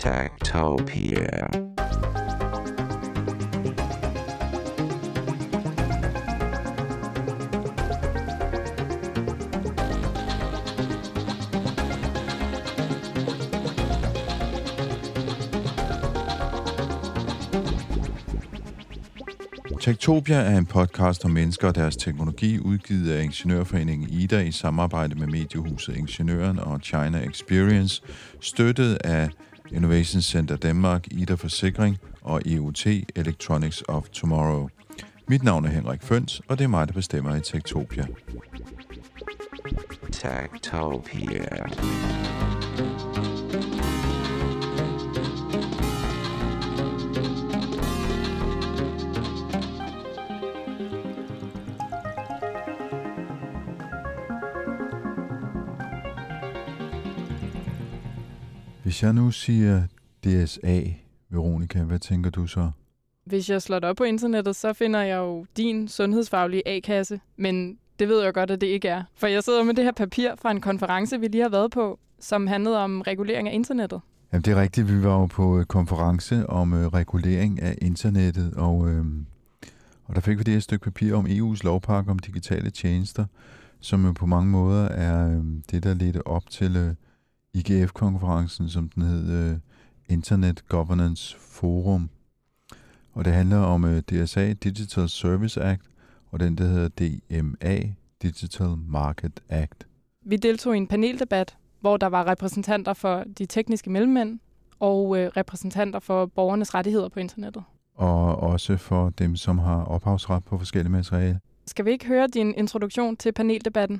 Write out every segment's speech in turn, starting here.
Techtopia. Techtopia er en podcast om mennesker og deres teknologi, udgivet af Ingeniørforeningen IDA i samarbejde med mediehuset Ingeniøren og China Experience, støttet af Innovation Center Denmark, IDA Forsikring og EOT Electronics of Tomorrow. Mit navn er Henrik Føns, og det er mig, der bestemmer i Techtopia. Techtopia. Hvis jeg nu siger DSA, Veronica, hvad tænker du så? Hvis jeg slår det op på internettet, så finder jeg jo din sundhedsfaglige A-kasse, men det ved jeg godt, at det ikke er. For jeg sidder med det her papir fra en konference, vi lige har været på, som handlede om regulering af internettet. Jamen, det er rigtigt. Vi var jo på konference om regulering af internettet, og der fik vi det her stykke papir om EU's lovpakke om digitale tjenester, som jo på mange måder er det, der ledte op til IGF-konferencen, som den hed Internet Governance Forum. Og det handler om DSA, Digital Service Act, og den, der hedder DMA, Digital Market Act. Vi deltog i en paneldebat, hvor der var repræsentanter for de tekniske mellemmænd og repræsentanter for borgernes rettigheder på internettet. Og også for dem, som har ophavsret på forskellige materiale. Skal vi ikke høre din introduktion til paneldebatten?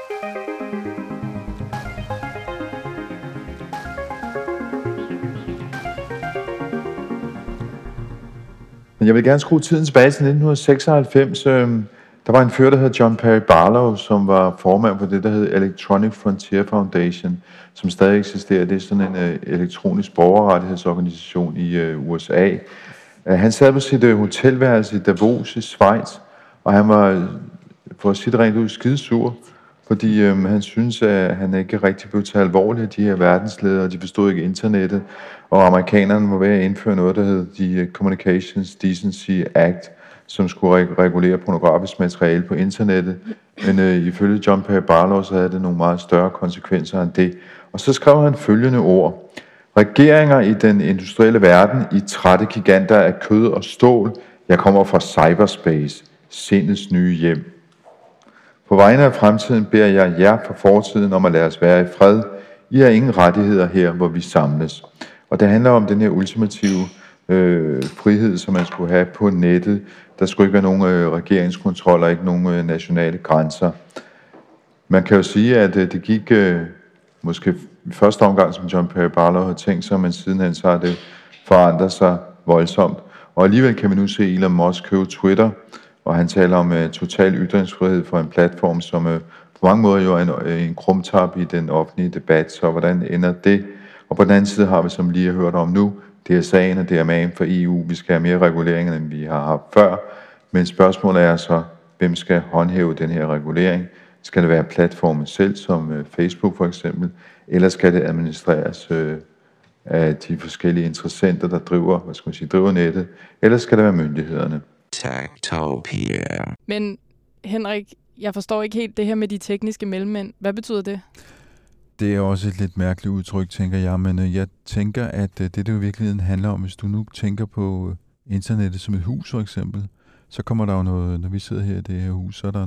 Jeg vil gerne skrue tiden tilbage til 1996. Der var en fyr, der hed John Perry Barlow, som var formand for det, der hed Electronic Frontier Foundation, som stadig eksisterer. Det er sådan en elektronisk borgerrettighedsorganisation i USA. Han sad på sit hotelværelse i Davos i Schweiz, og han var, for at sige det rent ud, skidesur, fordi han synes, at han ikke rigtig blev taget alvorligt af de her verdensledere, og de forstod ikke internettet, og amerikanerne var ved at indføre noget, der hed The Communications Decency Act, som skulle regulere pornografisk materiale på internettet. Men ifølge John Perry Barlow, så havde det nogle meget større konsekvenser end det. Og så skrev han følgende ord: regeringer i den industrielle verden, I trætte giganter af kød og stål, jeg kommer fra cyberspace, sindets nye hjem. På vegne af fremtiden beder jeg jer fra fortiden om at lade os være i fred. I har ingen rettigheder her, hvor vi samles. Og det handler om den her ultimative frihed, som man skulle have på nettet. Der skulle ikke være nogen regeringskontrol og ikke nogen nationale grænser. Man kan jo sige, at det gik måske i første omgang, som John Perry Barlow havde tænkt sig, men sidenhen så har det forandret sig voldsomt. Og alligevel kan vi nu se Elon Musk købe Twitter, og han taler om total ytringsfrihed for en platform, som på mange måder jo er en krumtap i den offentlige debat. Så hvordan ender det? Og på den anden side har vi, som lige har hørt om nu, DSA'en og DMA'en for EU. Vi skal have mere regulering, end vi har haft før. Men spørgsmålet er så, hvem skal håndhæve den her regulering? Skal det være platformen selv, som Facebook for eksempel? Eller skal det administreres af de forskellige interessenter, der driver nettet? Eller skal det være myndighederne? Techtopia. Men Henrik, jeg forstår ikke helt det her med de tekniske mellemmænd. Hvad betyder det? Det er også et lidt mærkeligt udtryk, tænker jeg, men jeg tænker, at det jo i virkeligheden handler om, hvis du nu tænker på internettet som et hus for eksempel, så kommer der jo noget, når vi sidder her i det her hus, så er der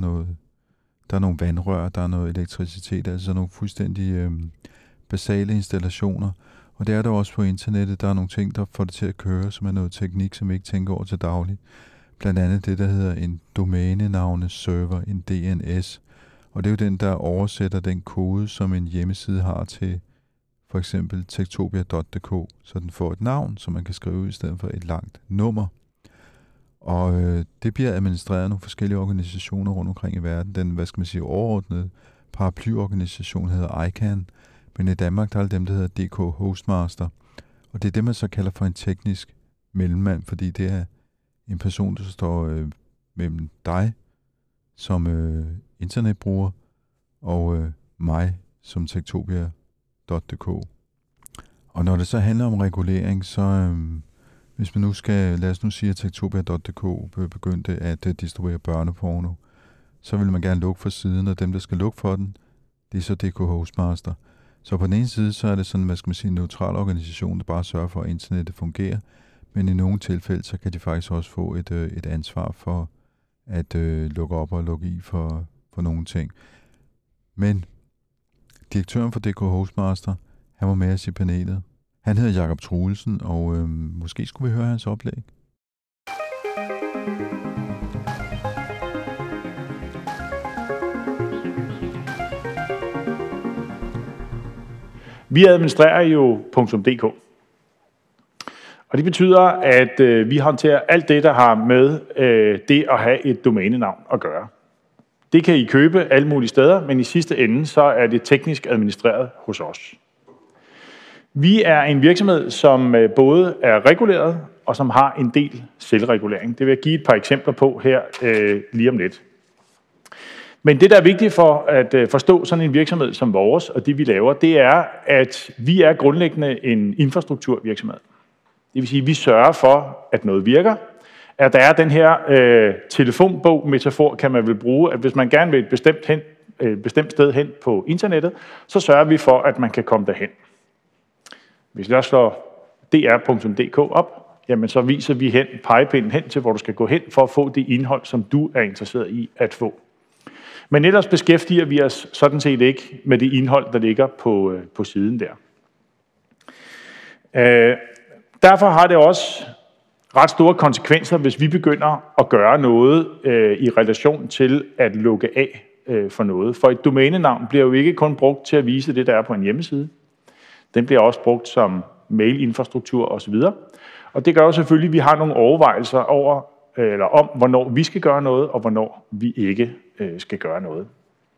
er nogle vandrør, der er noget elektricitet, altså nogle fuldstændig basale installationer. Og det er der også på internettet, der er nogle ting, der får det til at køre, som er noget teknik, som vi ikke tænker over til daglig. Blandt andet det, der hedder en domænenavneserver, en DNS. Og det er jo den, der oversætter den kode, som en hjemmeside har til for eksempel techtopia.dk, så den får et navn, som man kan skrive ud i stedet for et langt nummer. Og det bliver administreret af nogle forskellige organisationer rundt omkring i verden. Den, overordnede paraplyorganisation hedder ICANN, men i Danmark der er dem, der hedder DK Hostmaster. Og det er det, man så kalder for en teknisk mellemmand, fordi det er en person, der står mellem dig som internetbruger og mig som techtopia.dk. Og når det så handler om regulering, så hvis man nu skal, lad os nu sige, at Techtopia.dk begyndte at distribuere børneporno, så vil man gerne lukke for siden, og dem, der skal lukke for den, det er så DK Hostmaster. Så på den ene side, så er det sådan, hvad skal man sige, en neutral organisation, der bare sørger for, at internettet fungerer, men i nogle tilfælde, så kan de faktisk også få et ansvar for at lukke op og lukke i for nogle ting. Men direktøren for DK Hostmaster, han var med os i panelet. Han hedder Jakob Truelsen, og måske skulle vi høre hans oplæg. Vi administrerer jo .dk. Og det betyder, at vi håndterer alt det, der har med det at have et domænenavn at gøre. Det kan I købe alle mulige steder, men i sidste ende, så er det teknisk administreret hos os. Vi er en virksomhed, som både er reguleret og som har en del selvregulering. Det vil jeg give et par eksempler på her lige om lidt. Men det, der er vigtigt for at forstå sådan en virksomhed som vores og det, vi laver, det er, at vi er grundlæggende en infrastrukturvirksomhed. Det vil sige, at vi sørger for, at noget virker. At der er den her telefonbog-metafor, kan man vel bruge, at hvis man gerne vil et bestemt sted hen på internettet, så sørger vi for, at man kan komme derhen. Hvis jeg slår dr.dk op, jamen så viser vi pegepinden hen til, hvor du skal gå hen for at få det indhold, som du er interesseret i at få. Men ellers beskæftiger vi os sådan set ikke med det indhold, der ligger på siden der. Derfor har det også ret store konsekvenser, hvis vi begynder at gøre noget i relation til at lukke af for noget. For et domænenavn bliver jo ikke kun brugt til at vise det, der er på en hjemmeside. Den bliver også brugt som mailinfrastruktur osv. Og det gør jo selvfølgelig, at vi har nogle overvejelser om, hvornår vi skal gøre noget, og hvornår vi ikke skal gøre noget.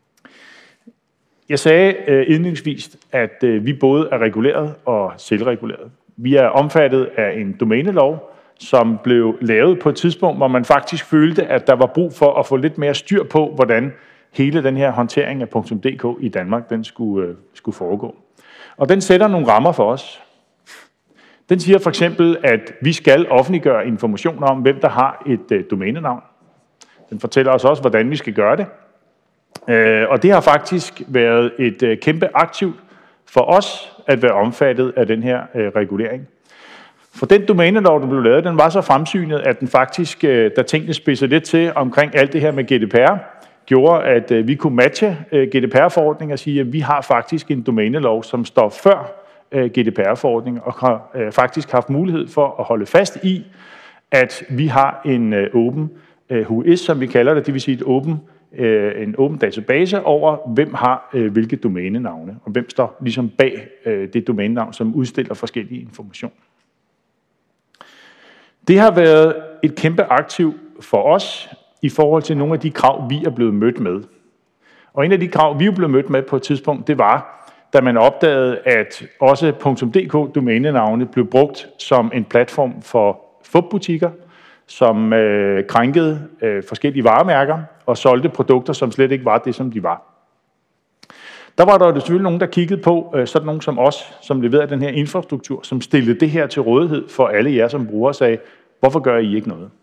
Jeg sagde indledningsvis, at vi både er reguleret og selvreguleret. Vi er omfattet af en domænelov, som blev lavet på et tidspunkt, hvor man faktisk følte, at der var brug for at få lidt mere styr på, hvordan hele den her håndtering af .dk i Danmark, den skulle foregå. Og den sætter nogle rammer for os. Den siger for eksempel, at vi skal offentliggøre information om, hvem der har et domænenavn. Den fortæller os også, hvordan vi skal gøre det. Og det har faktisk været et kæmpe aktiv for os at være omfattet af den her regulering. For den domænelov, der blev lavet, den var så fremsynet, at den faktisk, da tingene spidsede lidt til omkring alt det her med GDPR, gjorde, at vi kunne matche GDPR-forordningen og sige, at vi har faktisk en domænelov, som står før GDPR-forordningen, og har faktisk haft mulighed for at holde fast i, at vi har en åben HUIS, som vi kalder det, det vil sige en åben database over, hvem har hvilke domænenavne, og hvem står ligesom bag det domænenavn, som udstiller forskellige information. Det har været et kæmpe aktiv for os i forhold til nogle af de krav, vi er blevet mødt med. Og en af de krav, vi er blevet mødt med på et tidspunkt, det var, da man opdagede, at også .dk-domænenavne blev brugt som en platform for FUP-butikker, som krænkede forskellige varemærker og solgte produkter, som slet ikke var det, som de var. Der var der selvfølgelig nogen, der kiggede på, sådan nogen som os, som leverede den her infrastruktur, som stillede det her til rådighed for alle jer som brugere og sagde, hvorfor gør I ikke noget?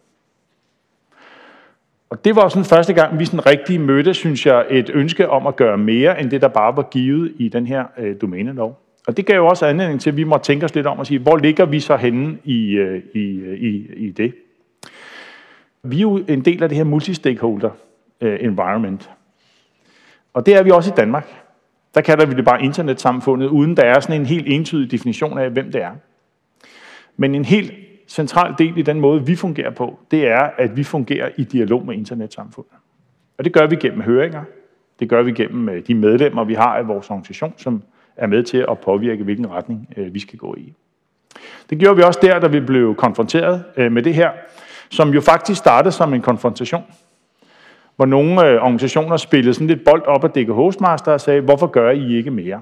Og det var sådan første gang, vi sådan rigtig mødte, synes jeg, et ønske om at gøre mere, end det, der bare var givet i den her domænelov. Og det gav jo også anledning til, at vi måtte tænke os lidt om og sige, hvor ligger vi så henne i det? Vi er jo en del af det her multi-stakeholder environment. Og det er vi også i Danmark. Der kalder vi det bare internetsamfundet, uden der er sådan en helt entydig definition af, hvem det er. Men en helt central del i den måde, vi fungerer på, det er, at vi fungerer i dialog med internetsamfundet. Og det gør vi gennem høringer. Det gør vi gennem de medlemmer, vi har af vores organisation, som er med til at påvirke, hvilken retning vi skal gå i. Det gjorde vi også der, da vi blev konfronteret med det her, som jo faktisk startede som en konfrontation, hvor nogle organisationer spillede sådan lidt bold op af DK Hostmaster og sagde, hvorfor gør I ikke mere?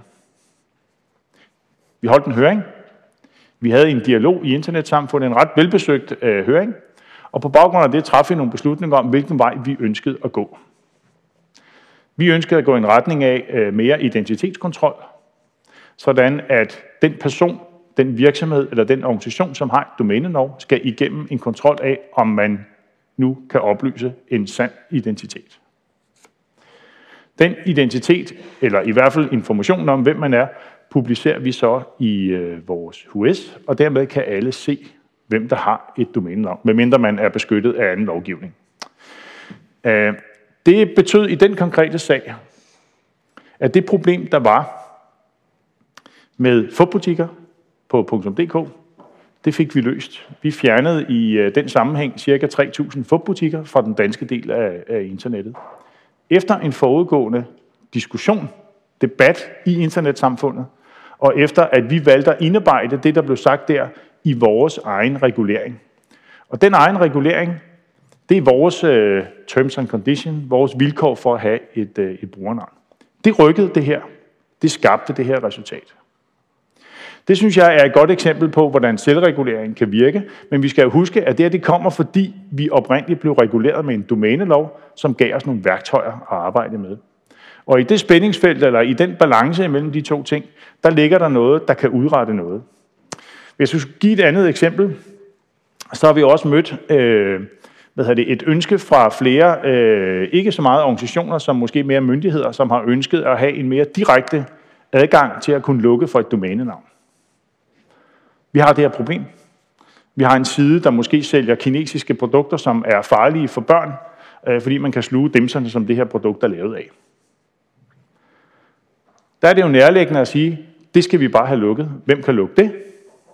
Vi holdt en høring. Vi havde en dialog i internetsamfundet, en ret velbesøgt høring, og på baggrund af det træffede vi nogle beslutninger om, hvilken vej vi ønskede at gå. Vi ønskede at gå i en retning af mere identitetskontrol, sådan at den person, den virksomhed eller den organisation, som har et domænelov, skal igennem en kontrol af, om man nu kan oplyse en sand identitet. Den identitet, eller i hvert fald informationen om, hvem man er, publicerer vi så i vores HUS, og dermed kan alle se, hvem der har et domænenavn, medmindre man er beskyttet af anden lovgivning. Det betød i den konkrete sag, at det problem, der var med fupbutikker på .dk, det fik vi løst. Vi fjernede i den sammenhæng ca. 3.000 fupbutikker fra den danske del af internettet. Efter en forudgående diskussion, debat i internetsamfundet, og efter at vi valgte at indarbejde det, der blev sagt der, i vores egen regulering. Og den egen regulering, det er vores terms and conditions, vores vilkår for at have et brugernavn. Det rykkede det her. Det skabte det her resultat. Det synes jeg er et godt eksempel på, hvordan selvregulering kan virke, men vi skal jo huske, at det kommer, fordi vi oprindeligt blev reguleret med en domænelov, som gav os nogle værktøjer at arbejde med. Og i det spændingsfelt, eller i den balance mellem de to ting, der ligger der noget, der kan udrette noget. Hvis jeg skulle give et andet eksempel, så har vi også mødt et ønske fra flere, ikke så meget organisationer, som måske mere myndigheder, som har ønsket at have en mere direkte adgang til at kunne lukke for et domænenavn. Vi har det her problem. Vi har en side, der måske sælger kinesiske produkter, som er farlige for børn, fordi man kan sluge dimserne, som det her produkt er lavet af. Der er det jo nærliggende at sige, det skal vi bare have lukket. Hvem kan lukke det?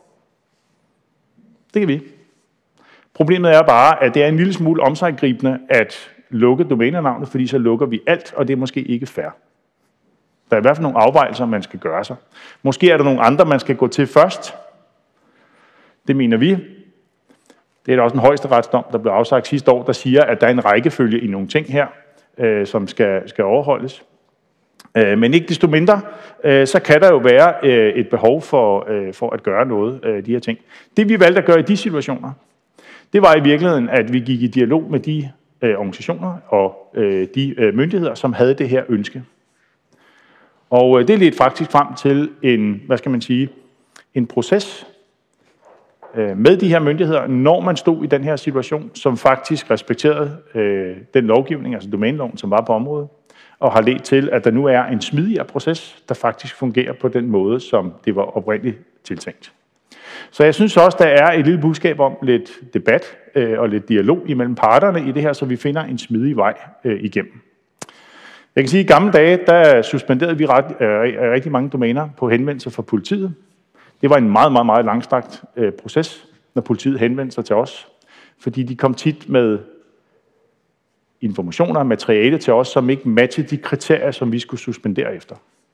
Det kan vi. Problemet er bare, at det er en lille smule omsiggribende at lukke domænenavnet, fordi så lukker vi alt, og det er måske ikke fair. Der er i hvert fald nogle afvejelser, man skal gøre sig. Måske er der nogle andre, man skal gå til først. Det mener vi. Det er der også en højesteretsdom, der blev afsagt sidste år, der siger, at der er en rækkefølge i nogle ting her, som skal overholdes. Men ikke desto mindre, så kan der jo være et behov for at gøre noget af de her ting. Det vi valgte at gøre i de situationer, det var i virkeligheden, at vi gik i dialog med de organisationer og de myndigheder, som havde det her ønske. Og det ledte faktisk frem til en proces med de her myndigheder, når man stod i den her situation, som faktisk respekterede den lovgivning, altså domæneloven, som var på området, og har ledt til, at der nu er en smidigere proces, der faktisk fungerer på den måde, som det var oprindeligt tiltænkt. Så jeg synes også, der er et lille budskab om lidt debat og lidt dialog imellem parterne i det her, så vi finder en smidig vej igennem. Jeg kan sige, at i gamle dage, der suspenderede vi rigtig mange domæner på henvendelser fra politiet. Det var en meget, meget, meget langstrakt proces, når politiet henvendte sig til os, fordi de kom tit med informationer og materiale til os, som ikke matchede de kriterier, som vi skulle suspendere efter.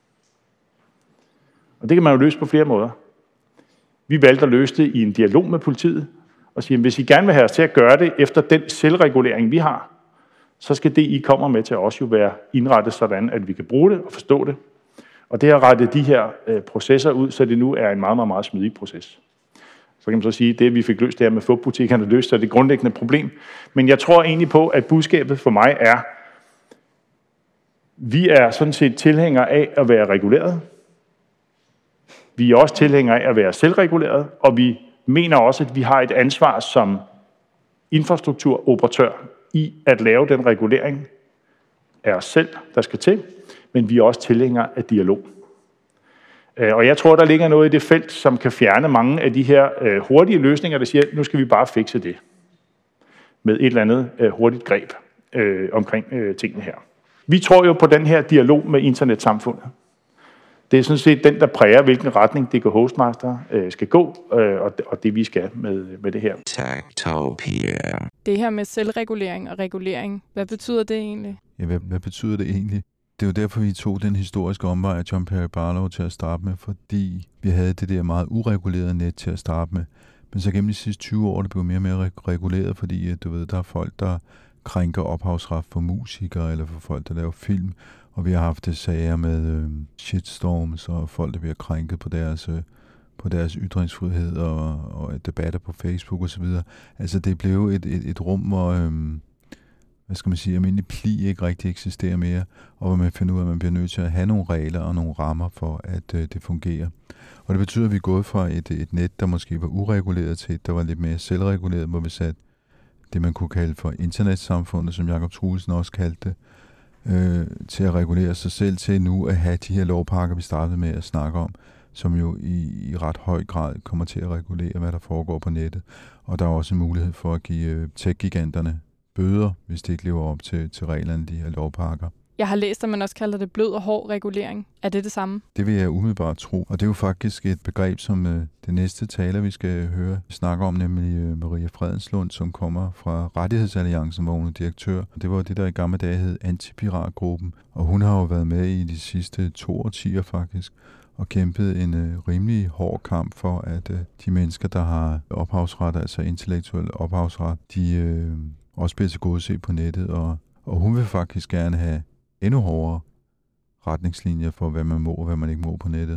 Og det kan man jo løse på flere måder. Vi valgte at løse det i en dialog med politiet, og sige, at hvis I gerne vil have os til at gøre det efter den selvregulering, vi har, så skal det, I kommer med til os, jo være indrettet sådan, at vi kan bruge det og forstå det. Og det har rettet de her processer ud, så det nu er en meget, meget, meget smidig proces. Så kan man så sige, at det, vi fik løst det her med fupbutikkerne, løste det grundlæggende problem. Men jeg tror egentlig på, at budskabet for mig er, vi er sådan set tilhængere af at være reguleret. Vi er også tilhængere af at være selvreguleret, og vi mener også, at vi har et ansvar som infrastrukturoperatør i at lave den regulering af os selv, der skal til, men vi er også tilhængere af dialog. Og jeg tror, der ligger noget i det felt, som kan fjerne mange af de her hurtige løsninger, der siger, at nu skal vi bare fikse det med et eller andet hurtigt greb omkring tingene her. Vi tror jo på den her dialog med internetsamfundet. Det er sådan set den, der præger, hvilken retning DK Hostmaster skal gå, og det vi skal med det her. Techtopia. Det her med selvregulering og regulering, hvad betyder det egentlig? Ja, hvad betyder det egentlig? Det er jo derfor, vi tog den historiske omvej af John Perry Barlow til at starte med, fordi vi havde det der meget uregulerede net til at starte med. Men så gennem de sidste 20 år, det blev mere og mere reguleret, fordi du ved, der er folk, der krænker ophavsret for musikere eller for folk, der laver film. Og vi har haft sager med shitstorms og folk, der bliver krænket på deres ytringsfrihed og debatter på Facebook osv. Altså det blev et rum, almindelig pli ikke rigtig eksisterer mere, og hvor man finder ud af, at man bliver nødt til at have nogle regler og nogle rammer for, at det fungerer. Og det betyder, at vi er gået fra et net, der måske var ureguleret, til et, der var lidt mere selvreguleret, hvor vi satte det, man kunne kalde for internetsamfundet, som Jakob Truelsen også kaldte det, til at regulere sig selv, til nu at have de her lovpakker, vi startede med at snakke om, som jo i ret høj grad kommer til at regulere, hvad der foregår på nettet. Og der er også en mulighed for at give tech-giganterne bøder, hvis de ikke lever op til reglerne, de her lovpakker. Jeg har læst, at man også kalder det blød og hård regulering. Er det det samme? Det vil jeg umiddelbart tro, og det er jo faktisk et begreb, som det næste taler, vi skal høre, snakker om, nemlig Maria Fredenslund, som kommer fra Rettighedsalliancen, hvor hun er direktør. Det var det, der i gamle dage hed Antipiratgruppen, og hun har jo været med i de sidste 2 årtier faktisk, og kæmpet en rimelig hård kamp for, at de mennesker, der har ophavsret, altså intellektuel ophavsret, de også bliver tilgodeset på nettet, og hun vil faktisk gerne have endnu hårdere retningslinjer for, hvad man må og hvad man ikke må på nettet.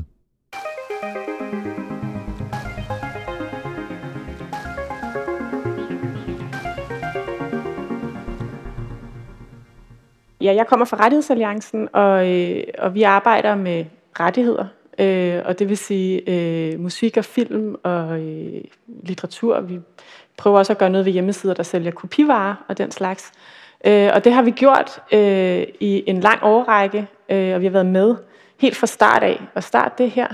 Ja, jeg kommer fra Rettighedsalliancen, og vi arbejder med rettigheder, og det vil sige musik og film og litteratur. Vi prøver også at gøre noget ved hjemmesider, der sælger kopivarer og den slags. Og det har vi gjort i en lang årrække, og vi har været med helt fra start af at starte det her.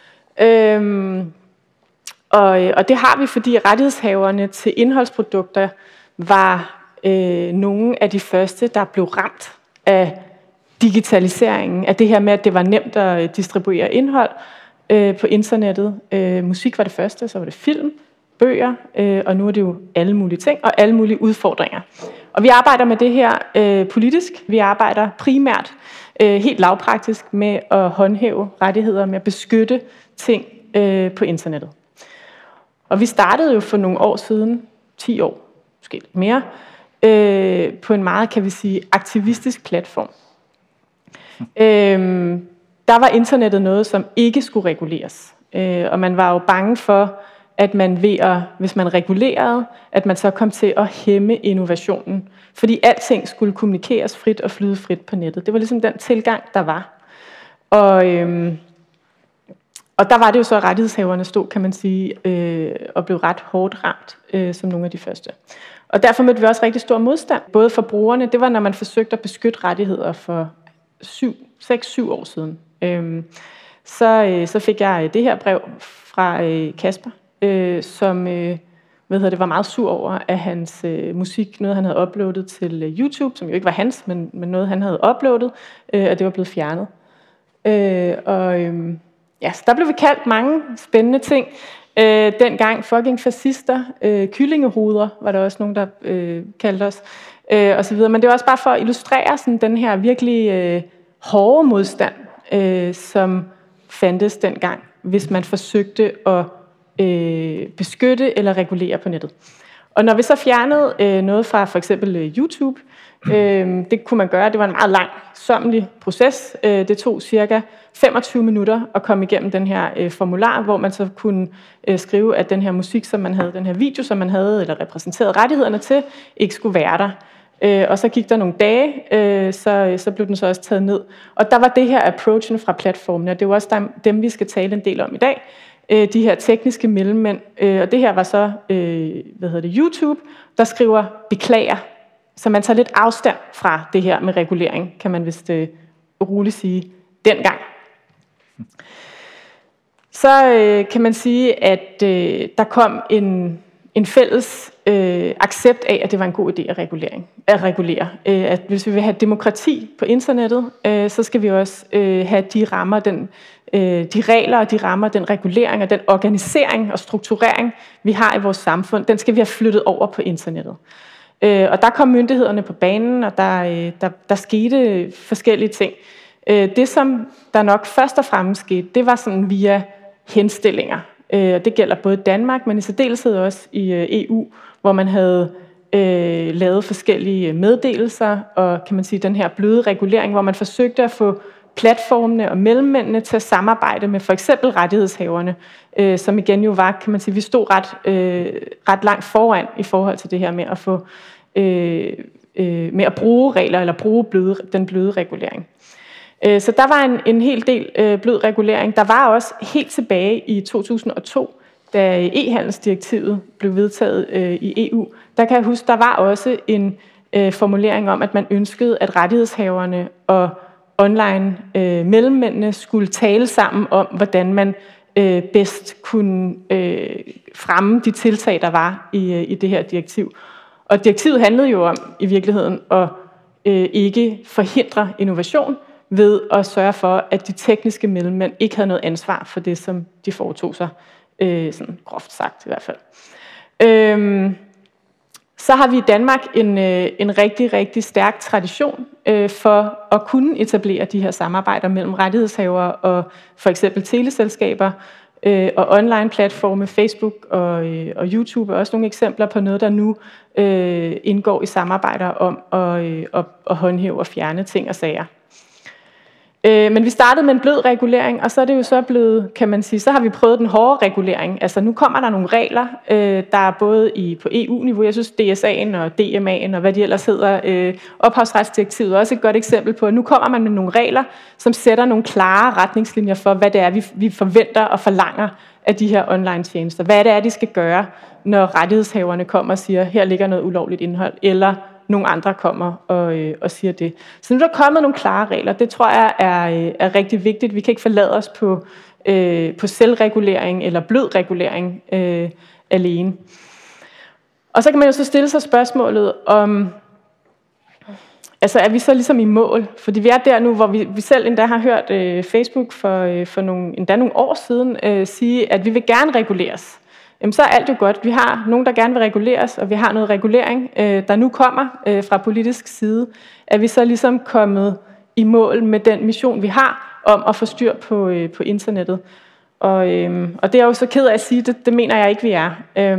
Og det har vi, fordi rettighedshaverne til indholdsprodukter var nogle af de første, der blev ramt af digitaliseringen, af det her med, at det var nemt at distribuere indhold på internettet. Musik var det første, så var det film, bøger, og nu er det jo alle mulige ting og alle mulige udfordringer. Og vi arbejder med det her politisk. Vi arbejder primært helt lavpraktisk med at håndhæve rettigheder, med at beskytte ting på internettet. Og vi startede jo for nogle år siden, 10 år, måske lidt mere, på en meget, kan vi sige, aktivistisk platform. Der var internettet noget, som ikke skulle reguleres. Og man var jo bange for, at man hvis man regulerede, at man så kom til at hæmme innovationen. Fordi alting skulle kommunikeres frit og flyde frit på nettet. Det var ligesom den tilgang, der var. Og der var det jo så, at rettighedshaverne stod, kan man sige, og blev ret hårdt ramt som nogle af de første. Og derfor mødte vi også rigtig stor modstand, både for brugerne. Det var, når man forsøgte at beskytte rettigheder for 6-7 år siden. Så fik jeg det her brev fra Kasper, som det var meget sur over, at hans musik, noget han havde uploadet til YouTube, som jo ikke var hans, men noget han havde uploadet, og det var blevet fjernet. Så der blev vi kaldt mange spændende ting. Dengang fucking fascister, kyllingehoveder var der også nogen, der kaldte os, og så videre. Men det var også bare for at illustrere sådan den her virkelig hårde modstand, som fandtes dengang, hvis man forsøgte at beskytte eller regulere på nettet. Og når vi så fjernede noget fra for eksempel YouTube, det kunne man gøre, det var en meget langsommelig proces. Det tog cirka 25 minutter at komme igennem den her formular, hvor man så kunne skrive, at den her musik, som man havde, den her video, som man havde, eller repræsenterede rettighederne til, ikke skulle være der. Og så gik der nogle dage, så blev den så også taget ned. Og der var det her approachen fra platformen, og det er jo også dem, vi skal tale en del om i dag. De her tekniske mellemmænd, og det her var så, YouTube, der skriver beklager. Så man tager lidt afstand fra det her med regulering, kan man vist roligt sige, dengang. Så kan man sige, at der kom en fælles accept af, at det var en god idé at regulere. At hvis vi vil have demokrati på internettet, så skal vi også have de rammer, de regler og de rammer, den regulering og den organisering og strukturering, vi har i vores samfund, den skal vi have flyttet over på internettet. Og der kom myndighederne på banen, og der skete forskellige ting. Det, som der nok først og fremmest skete, det var sådan via henstillinger. Det gælder både Danmark, men i særdeleshed også i EU, hvor man havde lavet forskellige meddelelser, og kan man sige, den her bløde regulering, hvor man forsøgte at få platformene og mellemmændene til at samarbejde med for eksempel rettighedshaverne, som igen jo var, kan man sige, vi stod ret langt foran i forhold til det her med at få med at bruge regler eller bruge den bløde regulering. Så der var en hel del blød regulering. Der var også helt tilbage i 2002, da e-handelsdirektivet blev vedtaget i EU, der kan jeg huske, der var også en formulering om, at man ønskede, at rettighedshaverne og online mellemmændene skulle tale sammen om, hvordan man bedst kunne fremme de tiltag, der var i det her direktiv. Og direktivet handlede jo om i virkeligheden at ikke forhindre innovation ved at sørge for, at de tekniske mellemmænd ikke havde noget ansvar for det, som de foretog sig, sådan groft sagt i hvert fald. Så har vi i Danmark en rigtig, rigtig stærk tradition for at kunne etablere de her samarbejder mellem rettighedshavere og for eksempel teleselskaber og online-platforme. Facebook og YouTube er også nogle eksempler på noget, der nu indgår i samarbejder om at håndhæve og fjerne ting og sager. Men vi startede med en blød regulering, og så er det jo så blevet, kan man sige, så har vi prøvet den hårde regulering. Altså nu kommer der nogle regler, der er både på EU-niveau, jeg synes DSA'en og DMA'en og hvad de ellers hedder, ophavsretsdirektivet er også et godt eksempel på, at nu kommer man med nogle regler, som sætter nogle klare retningslinjer for, hvad det er, vi forventer og forlanger af de her online-tjenester. Hvad det er, de skal gøre, når rettighedshaverne kommer og siger, her ligger noget ulovligt indhold, eller nogle andre kommer og siger det. Så nu er der kommet nogle klare regler. Det tror jeg er rigtig vigtigt. Vi kan ikke forlade os på selvregulering eller blød regulering alene. Og så kan man jo så stille sig spørgsmålet om, altså er vi så ligesom i mål? Fordi vi er der nu, hvor vi selv endda har hørt Facebook for nogle år siden sige, at vi vil gerne reguleres. Jamen, så er alt jo godt. Vi har nogen, der gerne vil reguleres, og vi har noget regulering, der nu kommer fra politisk side. Er vi så ligesom kommet i mål med den mission, vi har om at få styr på internettet? Og det er jeg jo så ked af at sige, det mener jeg ikke, vi er.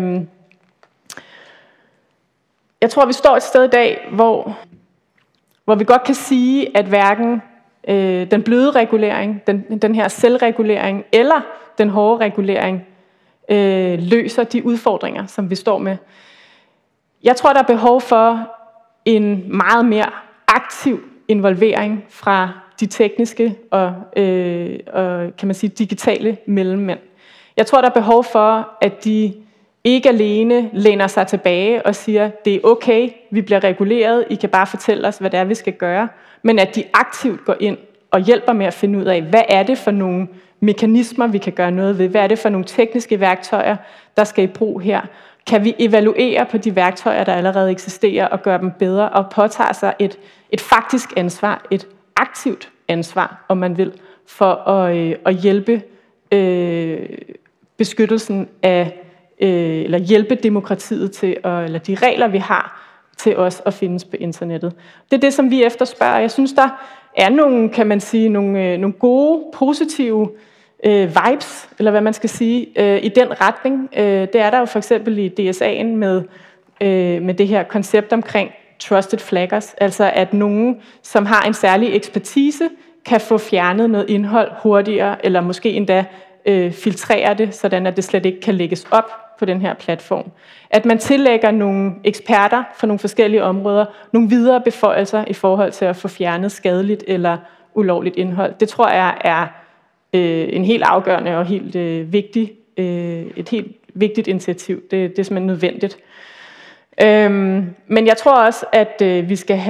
Jeg tror, vi står et sted i dag, hvor vi godt kan sige, at hverken den bløde regulering, den her selvregulering, eller den hårde regulering, løser de udfordringer, som vi står med. Jeg tror, der er behov for en meget mere aktiv involvering fra de tekniske og kan man sige, digitale mellemmænd. Jeg tror, der er behov for, at de ikke alene læner sig tilbage og siger, det er okay, vi bliver reguleret, I kan bare fortælle os, hvad det er, vi skal gøre, men at de aktivt går ind og hjælper med at finde ud af, hvad er det for nogle mekanismer, vi kan gøre noget ved? Hvad er det for nogle tekniske værktøjer, der skal i brug her? Kan vi evaluere på de værktøjer, der allerede eksisterer, og gøre dem bedre, og påtage sig et faktisk ansvar, et aktivt ansvar, om man vil, for at hjælpe beskyttelsen af, eller hjælpe demokratiet til, eller de regler, vi har, til os at findes på internettet. Det er det, som vi efterspørger. Jeg synes, der er nogle, kan man sige, nogle gode, positive vibes, eller hvad man skal sige, i den retning. Det er der jo for eksempel i DSA'en med det her koncept omkring trusted flaggers, altså at nogen, som har en særlig ekspertise, kan få fjernet noget indhold hurtigere, eller måske endda filtrere det, sådan at det slet ikke kan lægges op på den her platform. At man tillægger nogle eksperter for nogle forskellige områder nogle videre beføjelser i forhold til at få fjernet skadeligt eller ulovligt indhold. Det tror jeg er en helt afgørende og helt et helt vigtigt initiativ. Det er simpelthen nødvendigt. Men jeg tror også, at vi skal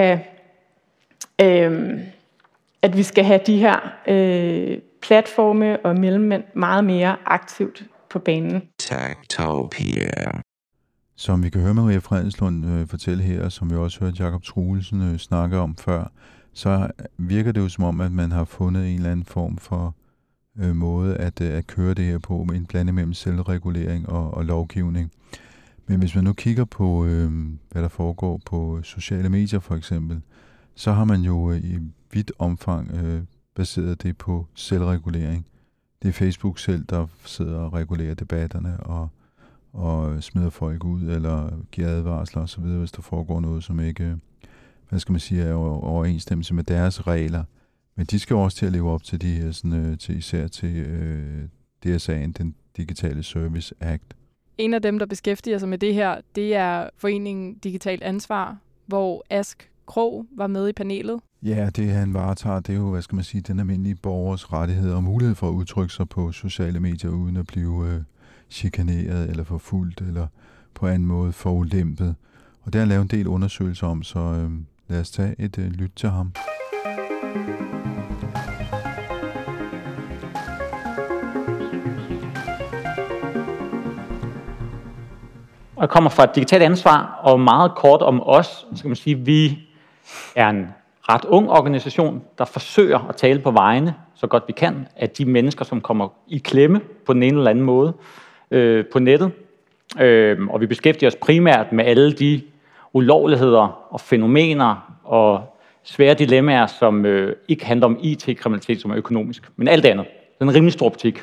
have de her platforme og mellemmænd meget mere aktivt på banen. Techtopia. Som vi kan høre Maria Fredenslund fortælle her, og som vi også hørte Jakob Truelsen snakke om før, så virker det jo som om, at man har fundet en eller anden form for måde at køre det her på, med en blanding mellem selvregulering og lovgivning. Men hvis man nu kigger på, hvad der foregår på sociale medier for eksempel, så har man jo i vidt omfang baseret det på selvregulering. Det er Facebook selv, der sidder og regulerer debatterne og smider folk ud, eller giver advarsler osv., hvis der foregår noget, som ikke, hvad skal man sige, er overensstemmelse med deres regler. Men de skal også til at leve op til de her, sådan, især til DSA'en, den Digitale Service Act. En af dem, der beskæftiger sig med det her, det er foreningen Digitalt Ansvar, hvor Ask Krog var med i panelet. Ja, det han varetager, det er jo, hvad skal man sige, den almindelige borgers rettigheder og mulighed for at udtrykke sig på sociale medier, uden at blive chikaneret eller forfulgt eller på anden måde forulæmpet. Og det har han lavet en del undersøgelser om, så lad os tage et lyt til ham. Og jeg kommer fra et digitalt ansvar, og meget kort om os, skal man sige, vi er en ret ung organisation, der forsøger at tale på vegne, så godt vi kan, af de mennesker, som kommer i klemme på den ene eller anden måde på nettet. Og vi beskæftiger os primært med alle de ulovligheder og fænomener og svære dilemmaer, som ikke handler om IT-kriminalitet, som er økonomisk, men alt andet. Det er en rimelig stor butik.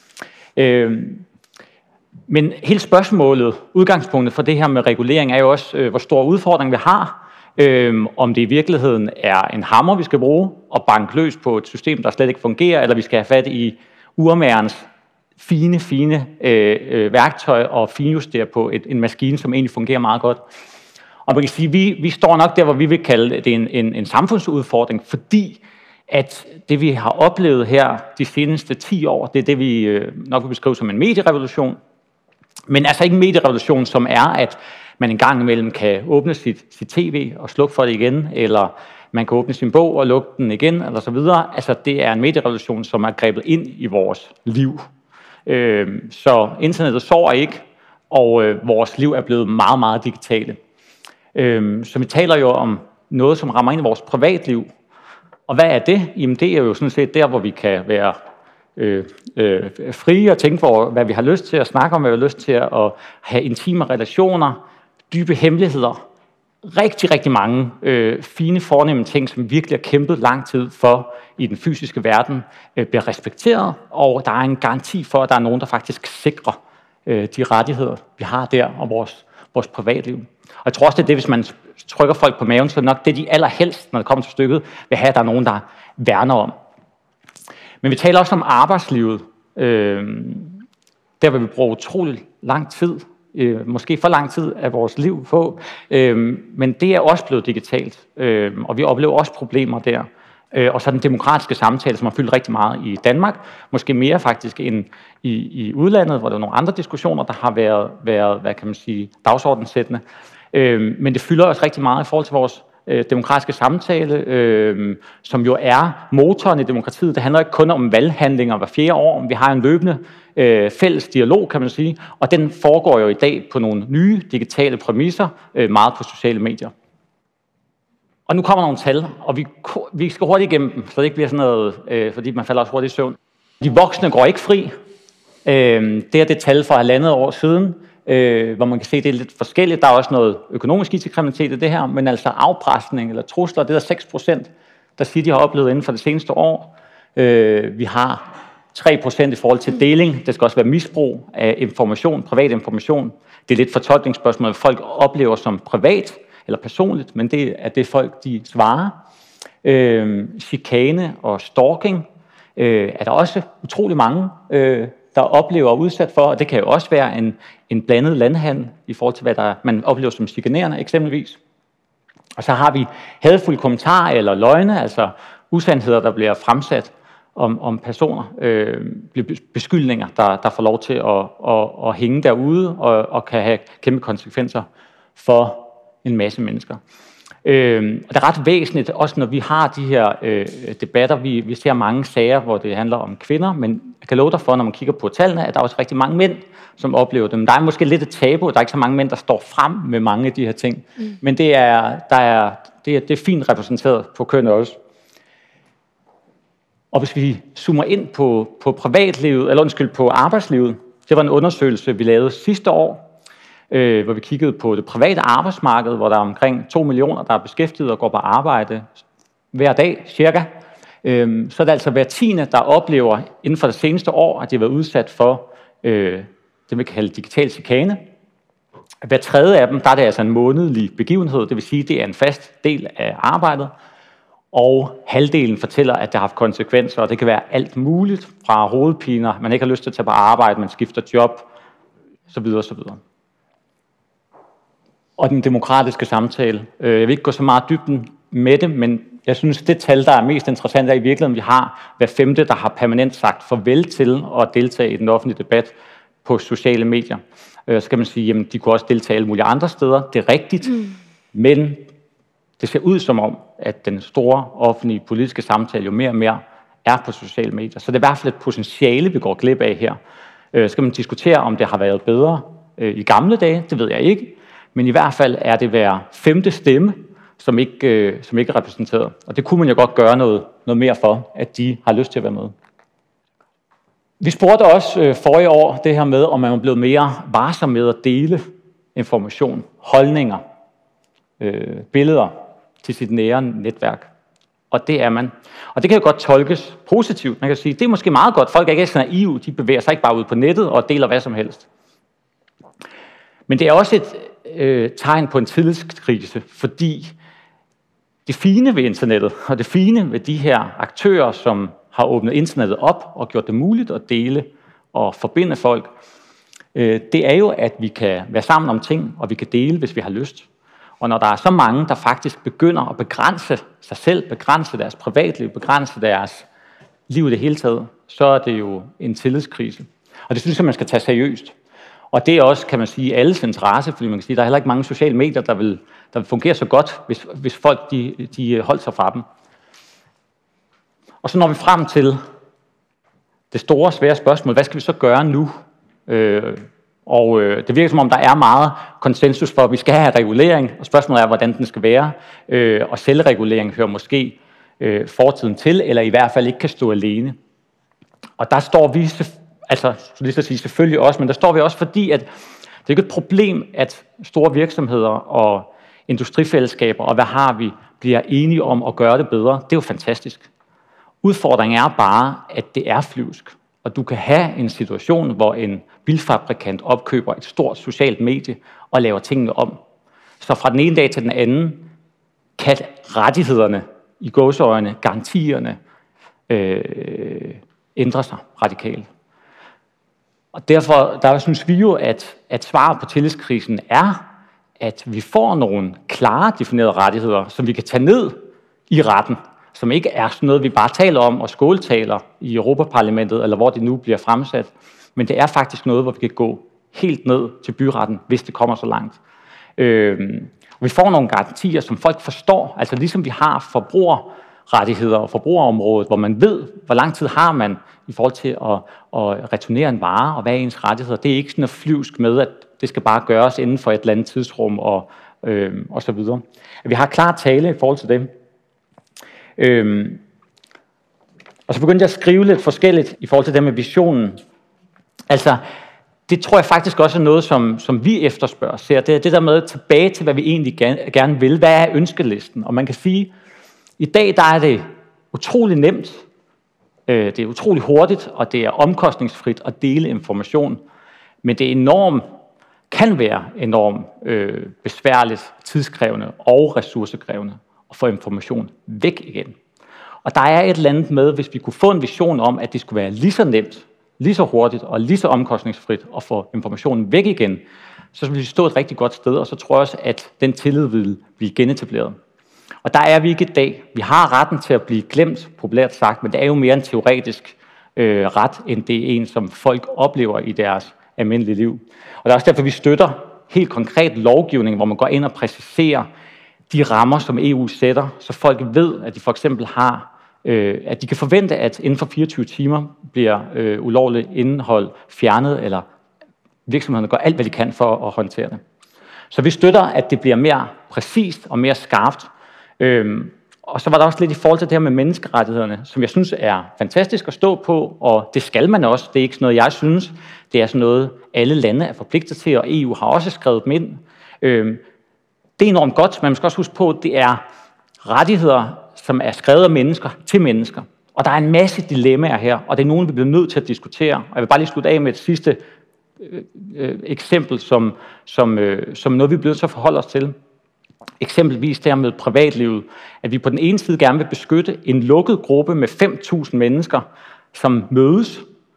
Men hele spørgsmålet, udgangspunktet for det her med regulering, er jo også, hvor stor udfordring vi har. Om det i virkeligheden er en hammer, vi skal bruge og banke løs på et system, der slet ikke fungerer, eller vi skal have fat i urmagerens fine værktøj og finjustere på en maskine, som egentlig fungerer meget godt. Og man kan sige, vi står nok der, hvor vi vil kalde det en samfundsudfordring, fordi at det, vi har oplevet her de seneste 10 år, det er det, vi nok vil beskrive som en medierevolution. Men altså ikke en medierevolution, som er, at man en gang imellem kan åbne sit tv og slukke for det igen, eller man kan åbne sin bog og lukke den igen, eller så videre. Altså det er en medierevolution, som er grebet ind i vores liv. Så internettet sover ikke, og vores liv er blevet meget, meget digitale. Så vi taler jo om noget, som rammer ind i vores privatliv. Og hvad er det? Jamen det er jo sådan set der, hvor vi kan være frie og tænke på, hvad vi har lyst til at snakke om, hvad vi har lyst til at have intime relationer, dybe hemmeligheder. Rigtig, rigtig mange fine, fornemme ting, som virkelig har kæmpet lang tid for i den fysiske verden, bliver respekteret, og der er en garanti for, at der er nogen, der faktisk sikrer de rettigheder, vi har der, og vores privatliv. Og jeg tror også, det er det, hvis man trykker folk på maven, så er nok det, de allerhelst, når det kommer til stykket, vil have, at der er nogen, der værner om. Men vi taler også om arbejdslivet. Der vil vi bruge utrolig lang tid, måske for lang tid af vores liv på, men det er også blevet digitalt, og vi oplever også problemer der. Og så den demokratiske samtale, som har fyldt rigtig meget i Danmark, måske mere faktisk end i udlandet, hvor der er nogle andre diskussioner, der har været hvad kan man sige, dagsordensættende. Men det fylder også rigtig meget i forhold til vores demokratiske samtale, som jo er motoren i demokratiet. Det handler ikke kun om valghandlinger hver 4 år. Vi har en løbende fælles dialog, kan man sige, og den foregår jo i dag på nogle nye digitale præmisser, meget på sociale medier. Og nu kommer nogle tal, og vi skal hurtigt igennem dem, så det ikke bliver sådan noget, fordi man falder også hurtigt i søvn. De voksne går ikke fri. Det er det tal fra 1,5 år siden, hvor man kan se, at det er lidt forskelligt. Der er også noget økonomisk IT-kriminalitet i det her, men altså afpresning eller trusler, det er 6%, der siger, de har oplevet inden for det seneste år. Vi har 3% i forhold til deling. Det skal også være misbrug af information, privat information. Det er lidt fortolkningsspørgsmål, hvad folk oplever som privat eller personligt, men det er det folk, de svarer. Chikane og stalking er der også utrolig mange, der oplever og udsat for, og det kan jo også være en blandet landhandel i forhold til, hvad man oplever som chikanerende eksempelvis. Og så har vi hadefulde kommentarer eller løgne, altså usandheder, der bliver fremsat om personer, beskyldninger, der får lov til at hænge derude og kan have kæmpe konsekvenser for en masse mennesker. Og det er ret væsentligt, også når vi har de her debatter, vi ser mange sager, hvor det handler om kvinder, men jeg kan love dig for, når man kigger på tallene, at der er også rigtig mange mænd, som oplever det. Men der er måske lidt et tabu, der er ikke så mange mænd, der står frem med mange af de her ting. Men det er fint repræsenteret på kønnet også. Og hvis vi zoomer ind på privatlivet, eller på arbejdslivet, det var en undersøgelse, vi lavede sidste år, hvor vi kiggede på det private arbejdsmarked, hvor der er omkring 2 millioner, der er beskæftiget og går på arbejde hver dag, cirka. Så er det altså hver 10., der oplever inden for det seneste år, at de har været udsat for det, vi kalder digital chikane. Hver 3. af dem, der er det altså en månedlig begivenhed, det vil sige, det er en fast del af arbejdet. Og halvdelen fortæller, at det har haft konsekvenser, og det kan være alt muligt, fra hovedpiner, man ikke har lyst til at tage på arbejde, man skifter job, så videre, så videre. og den demokratiske samtale. Jeg vil ikke gå så meget dybden med det, men jeg synes, det tal, der er mest interessant, er i virkeligheden, vi har hver femte, der har permanent sagt farvel til at deltage i den offentlige debat på sociale medier. Så kan man sige, jamen de kunne også deltage alle mulige andre steder. Det er rigtigt, men det ser ud som om, at den store offentlige politiske samtale jo mere og mere er på sociale medier. Så det er i hvert fald et potentiale, vi går glip af her. Skal man diskutere, om det har været bedre i gamle dage? Det ved jeg ikke. Men i hvert fald er det hver femte stemme, som ikke er repræsenteret. Og det kunne man jo godt gøre noget mere for, at de har lyst til at være med. Vi spurgte også forrige år det her med, om man er blevet mere varsom med at dele information, holdninger, billeder til sit nære netværk. Og det er man. Og det kan jo godt tolkes positivt. Man kan sige, det er måske meget godt. Folk er ikke så naive, de bevæger sig ikke bare ud på nettet og deler hvad som helst. Men det er også et tegn på en tillidskrise, fordi det fine ved internettet, og det fine ved de her aktører, som har åbnet internettet op og gjort det muligt at dele og forbinde folk, det er jo, at vi kan være sammen om ting, og vi kan dele, hvis vi har lyst. Og når der er så mange, der faktisk begynder at begrænse sig selv, begrænse deres privatliv, begrænse deres liv i det hele taget, så er det jo en tillidskrise. Og det synes jeg, man skal tage seriøst. Og det er også, kan man sige, alles interesse, fordi man kan sige, der er heller ikke mange sociale medier, der vil fungere så godt, hvis folk de holdt sig fra dem. Og så når vi frem til det store, svære spørgsmål, hvad skal vi så gøre nu? Det virker som om, der er meget konsensus for, at vi skal have regulering, og spørgsmålet er, hvordan den skal være. Og selvregulering hører måske fortiden til, eller i hvert fald ikke kan stå alene. Og der står vi, selvfølgelig også, men der står vi også, fordi at det er ikke et problem, at store virksomheder og industrifællesskaber, og hvad har vi, bliver enige om at gøre det bedre. Det er jo fantastisk. Udfordringen er bare, at det er flyvsk. Og du kan have en situation, hvor en bilfabrikant opkøber et stort socialt medie og laver tingene om. Så fra den ene dag til den anden kan rettighederne i gåseøjne, garantierne, ændre sig radikalt. Og derfor der synes vi jo, at svaret på tillidskrisen er, at vi får nogle klare definerede rettigheder, som vi kan tage ned i retten, som ikke er sådan noget, vi bare taler om og skåltaler i Europaparlamentet, eller hvor det nu bliver fremsat. Men det er faktisk noget, hvor vi kan gå helt ned til byretten, hvis det kommer så langt. Vi får nogle garantier, som folk forstår, altså ligesom vi har forbrugerrettigheder og forbrugerområdet, hvor man ved, hvor lang tid har man i forhold til at returnere en vare, og hvad er ens rettigheder. Det er ikke sådan at flyvsk med, at det skal bare gøres inden for et eller andet tidsrum og så videre. Vi har klar tale i forhold til det. Og så begyndte jeg at skrive lidt forskelligt i forhold til det med visionen. Altså, det tror jeg faktisk også er noget, som vi efterspørger. Så det er det der med tilbage til, hvad vi egentlig gerne vil. Hvad er ønskelisten? Og man kan sige, i dag der er det utrolig nemt, det er utrolig hurtigt, og det er omkostningsfrit at dele information. Men det er kan være enormt besværligt, tidskrævende og ressourcekrævende at få information væk igen. Og der er et eller andet med, hvis vi kunne få en vision om, at det skulle være lige så nemt, lige så hurtigt og lige så omkostningsfrit at få informationen væk igen, så ville vi stå et rigtig godt sted, og så tror jeg også, at den tillid vil blive genetableret. Og der er vi ikke i dag. Vi har retten til at blive glemt, populært sagt, men det er jo mere en teoretisk ret, end det er en, som folk oplever i deres almindelige liv. Og det er også derfor, vi støtter helt konkret lovgivning, hvor man går ind og præciserer de rammer, som EU sætter, så folk ved, at de for eksempel at de kan forvente, at inden for 24 timer bliver ulovligt indhold fjernet, eller virksomhederne gør alt, hvad de kan for at håndtere det. Så vi støtter, at det bliver mere præcist og mere skarpt. Og så var der også lidt i forhold til det her med menneskerettighederne, som jeg synes er fantastisk at stå på, og det skal man også. Det er ikke sådan noget, jeg synes. Det er sådan noget, alle lande er forpligtet til, og EU har også skrevet dem ind. Det er enormt godt, men man skal også huske på, at det er rettigheder, som er skrevet af mennesker til mennesker. Og der er en masse dilemmaer her, og det er nogen, vi bliver nødt til at diskutere. Og jeg vil bare lige slutte af med et sidste eksempel, som noget, vi bliver nødt til at forholde os til. Eksempelvis det her med privatlivet, at vi på den ene side gerne vil beskytte en lukket gruppe med 5.000 mennesker, som mødes,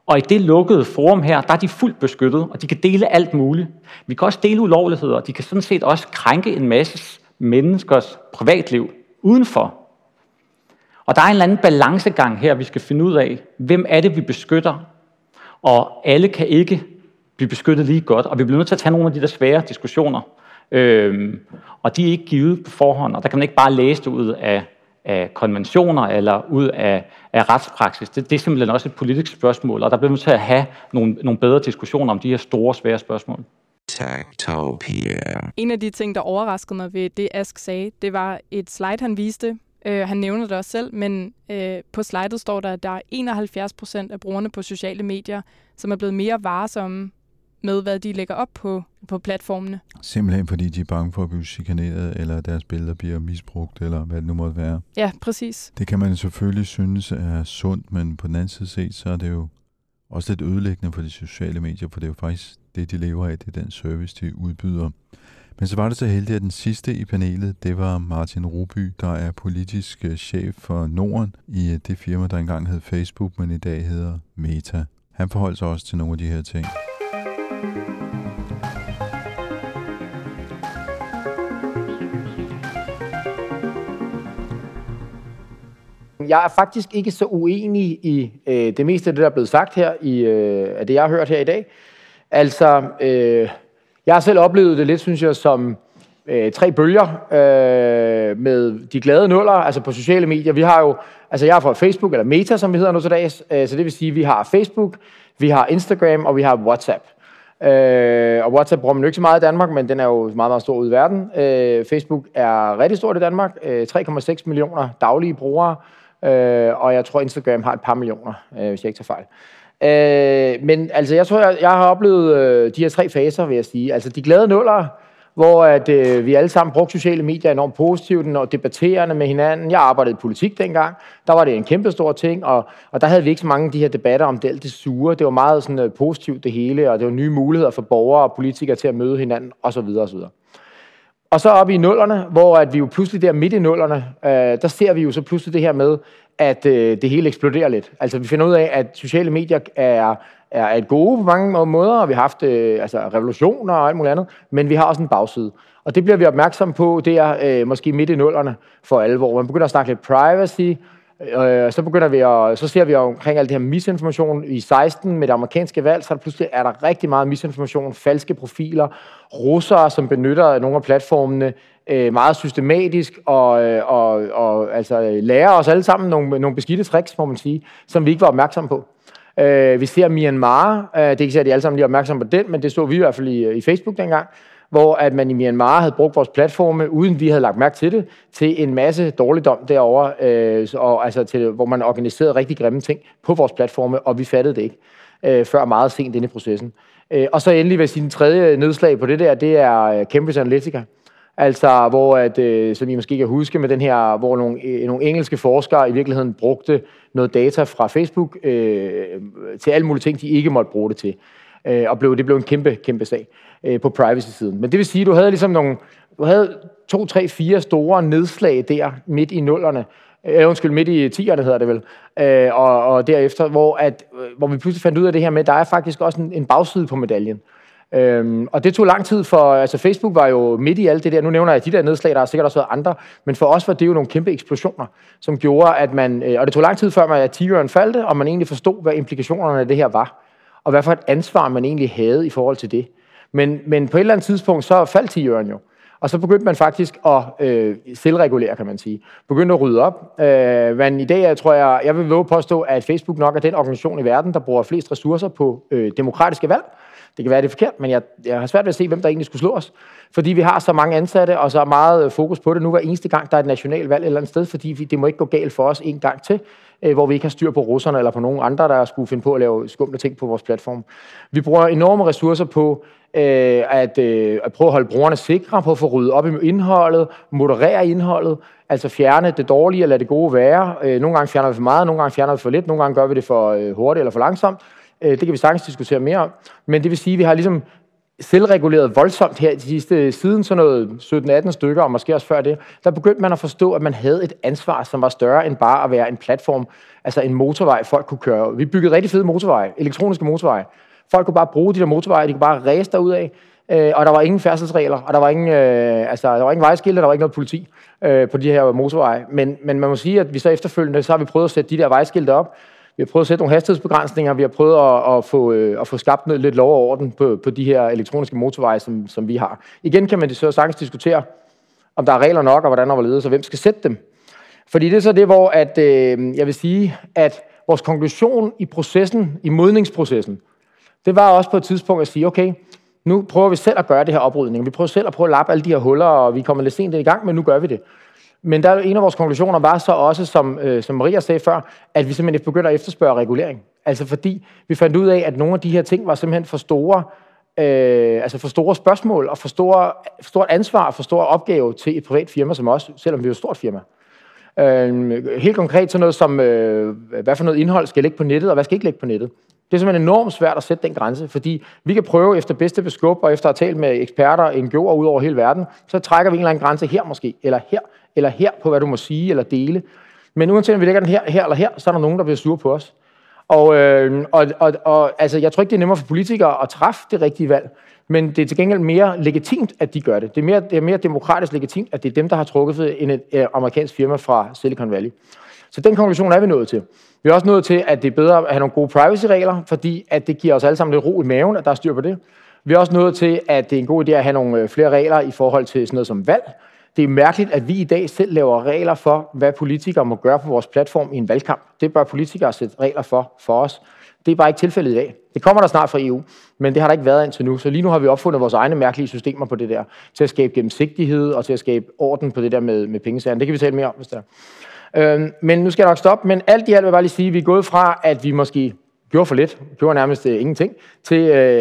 Og i det lukkede forum her, der er de fuldt beskyttet, og de kan dele alt muligt. Vi kan også dele ulovligheder, og de kan sådan set også krænke en masse menneskers privatliv udenfor. Og der er en eller anden balancegang her, vi skal finde ud af. Hvem er det, vi beskytter? Og alle kan ikke blive beskyttet lige godt, og vi bliver nødt til at tage nogle af de der svære diskussioner. Og de er ikke givet på forhånd, og der kan man ikke bare læse det ud af konventioner eller ud af retspraksis. Det er simpelthen også et politisk spørgsmål, og der bliver nødt til at have nogle bedre diskussioner om de her store, svære spørgsmål. Techtopia. En af de ting, der overraskede mig ved det, Ask sagde, det var et slide, han viste. Han nævner det også selv, men på slidet står der, at der er 71% af brugerne på sociale medier, som er blevet mere varsomme med, hvad de lægger op på platformene. Simpelthen fordi de er bange for at blive chikaneret, eller deres billeder bliver misbrugt, eller hvad det nu måtte være. Ja, præcis. Det kan man selvfølgelig synes er sundt, men på den anden side set, så er det jo også lidt ødelæggende for de sociale medier, for det er jo faktisk det, de lever af, det er den service, de udbyder. Men så var det så heldigt, at den sidste i panelet, det var Martin Roby, der er politisk chef for Norden i det firma, der engang hed Facebook, men i dag hedder Meta. Han forholdt sig også til nogle af de her ting. Jeg er faktisk ikke så uenig i det meste af det, der er blevet sagt her, af det, jeg har hørt her i dag. Altså, jeg har selv oplevet det lidt, synes jeg, som 3 bølger med de glade nuller, altså på sociale medier. Vi har jo, altså jeg er fra Facebook, eller Meta, som vi hedder nu til dags, så det vil sige, at vi har Facebook, vi har Instagram, og vi har WhatsApp. Og WhatsApp bruger man jo ikke så meget i Danmark, men den er jo meget, meget stor ude i verden. Facebook er rigtig stort i Danmark, 3,6 millioner daglige brugere, og jeg tror, Instagram har et par millioner, hvis jeg ikke tager fejl. Men altså, jeg tror, jeg har oplevet de her 3 faser, vil jeg sige. Altså de glade nuller, hvor at, vi alle sammen brugte sociale medier enormt positivt og debatterende med hinanden. Jeg arbejdede i politik dengang. Der var det en kæmpe stor ting, og der havde vi ikke så mange af de her debatter om det alt det sure. Det var meget sådan, positivt det hele, og det var nye muligheder for borgere og politikere til at møde hinanden, osv. osv. Og så op i nullerne, hvor at vi jo pludselig der midt i nullerne, der ser vi jo så pludselig det her med, at det hele eksploderer lidt. Altså vi finder ud af, at sociale medier er et gode på mange måder, og vi har haft revolutioner og alt muligt andet, men vi har også en bagside. Og det bliver vi opmærksom på, det er måske midt i nullerne for alvor. Man begynder at snakke lidt privacy, så ser vi omkring alt det her misinformation i 16 med det amerikanske valg, så pludselig er der rigtig meget misinformation, falske profiler, russere, som benytter nogle af platformene meget systematisk og altså lærer os alle sammen nogle beskidte tricks, må man sige, som vi ikke var opmærksom på. Vi ser Myanmar, det er ikke så, at de alle sammen lige er opmærksom på den, men det så vi i hvert fald i Facebook dengang, hvor at man i Myanmar havde brugt vores platforme, uden vi havde lagt mærke til det, til en masse dårligdom derovre, og altså hvor man organiserede rigtig grimme ting på vores platforme, og vi fattede det ikke, før meget sent inde i processen. Og så endelig vil jeg sige, den tredje nedslag på det der, det er Cambridge Analytica. Altså, hvor at, som I måske kan huske med den her, hvor nogle engelske forskere i virkeligheden brugte noget data fra Facebook til alle mulige ting, de ikke måtte bruge det til. Og det blev en kæmpe sag på privacy-siden. Men det vil sige, at du havde 2, 3, 4 store nedslag der midt i nullerne. Midt i 10'erne hedder det vel. Og derefter, hvor vi pludselig fandt ud af det her med, at der er faktisk også en bagside på medaljen. Og det tog lang tid for, altså Facebook var jo midt i alt det der, nu nævner jeg de der nedslag, der har sikkert også været andre, men for os var det jo nogle kæmpe eksplosioner, som gjorde, at og det tog lang tid før, at tigeren faldt, og man egentlig forstod, hvad implikationerne af det her var, og hvad for et ansvar man egentlig havde i forhold til det. Men på et eller andet tidspunkt, så faldt tigeren jo, og så begyndte man faktisk at selvregulere, kan man sige. Begyndte at rydde op. Men i dag, tror jeg vil våge påstå, at Facebook nok er den organisation i verden, der bruger flest ressourcer på demokratiske valg. Det kan være, det er forkert, men jeg har svært ved at se, hvem der egentlig skulle slå os. Fordi vi har så mange ansatte, og så meget fokus på det nu hver eneste gang, der er et nationalt valg et eller andet sted, fordi det må ikke gå galt for os en gang til, hvor vi ikke har styr på russerne eller på nogen andre, der skulle finde på at lave skumle ting på vores platform. Vi bruger enorme ressourcer på at prøve at holde brugerne sikre, på at få ryddet op i indholdet, moderere indholdet, altså fjerne det dårlige og lade det gode være. Nogle gange fjerner vi for meget, nogle gange fjerner vi for lidt, nogle gange gør vi det for hurtigt eller for langsomt. Det kan vi sagtens diskutere mere om. Men det vil sige, at vi har ligesom selvreguleret voldsomt her de sidste, siden sådan noget 17-18 stykker, og måske også før det, der begyndte man at forstå, at man havde et ansvar, som var større end bare at være en platform, altså en motorvej, folk kunne køre. Vi byggede rigtig fede motorveje, elektroniske motorveje. Folk kunne bare bruge de der motorveje, de kunne bare ræse derudad, og der var ingen færdselsregler, og der var ingen, der var ingen vejskilte, der var ikke noget politi på de her motorveje. Men man må sige, at vi så efterfølgende, så har vi prøvet at sætte de der vejskilte op. Vi har prøvet at sætte nogle hastighedsbegrænsninger, vi har prøvet at få skabt lidt lov og orden på de her elektroniske motorveje, som vi har. Igen kan man så sagtens diskutere, om der er regler nok, og hvordan og hvorledes, og hvem skal sætte dem. Fordi det er så det, hvor at, jeg vil sige, at vores konklusion i processen, i modningsprocessen, det var også på et tidspunkt at sige, okay, nu prøver vi selv at gøre det her oprydning. Vi prøver selv at prøve at lappe alle de her huller, og vi kommer lidt sent i gang, men nu gør vi det. Men der en af vores konklusioner var så også, som Maria sagde før, at vi simpelthen begynder at efterspørge regulering. Altså fordi vi fandt ud af, at nogle af de her ting var simpelthen for store, for store spørgsmål, og for stort ansvar, for stor opgave til et privat firma som os, selvom vi er et stort firma. Helt konkret sådan noget som, hvad for noget indhold skal ligge på nettet, og hvad skal ikke ligge på nettet. Det er simpelthen enormt svært at sætte den grænse, fordi vi kan prøve efter bedste beskub, og efter at tale med eksperter, NGO'er ud over hele verden, så trækker vi en eller anden grænse her måske, eller her på, hvad du må sige eller dele. Men uanset om vi lægger den her eller her, så er der nogen, der bliver sure på os. Og altså, jeg tror ikke, det er nemmere for politikere at træffe det rigtige valg, men det er til gengæld mere legitimt, at de gør det. Det er mere demokratisk legitimt, at det er dem, der har trukket en amerikansk firma fra Silicon Valley. Så den konklusion er vi nået til. Vi er også nået til, at det er bedre at have nogle gode privacy-regler, fordi at det giver os alle sammen lidt ro i maven, at der er styr på det. Vi er også nået til, at det er en god idé at have nogle flere regler i forhold til sådan noget som valg. Det er mærkeligt, at vi i dag selv laver regler for, hvad politikere må gøre på vores platform i en valgkamp. Det bør politikere sætte regler for os. Det er bare ikke tilfældet i dag. Det kommer der snart fra EU, men det har der ikke været indtil nu. Så lige nu har vi opfundet vores egne mærkelige systemer på det der, til at skabe gennemsigtighed og til at skabe orden på det der med pengesagerne. Det kan vi tale mere om, hvis det er. Men nu skal jeg nok stoppe. Men alt i alt vil jeg bare lige sige, at vi er gået fra, at vi måske gjorde for lidt, gjorde nærmest ingenting, til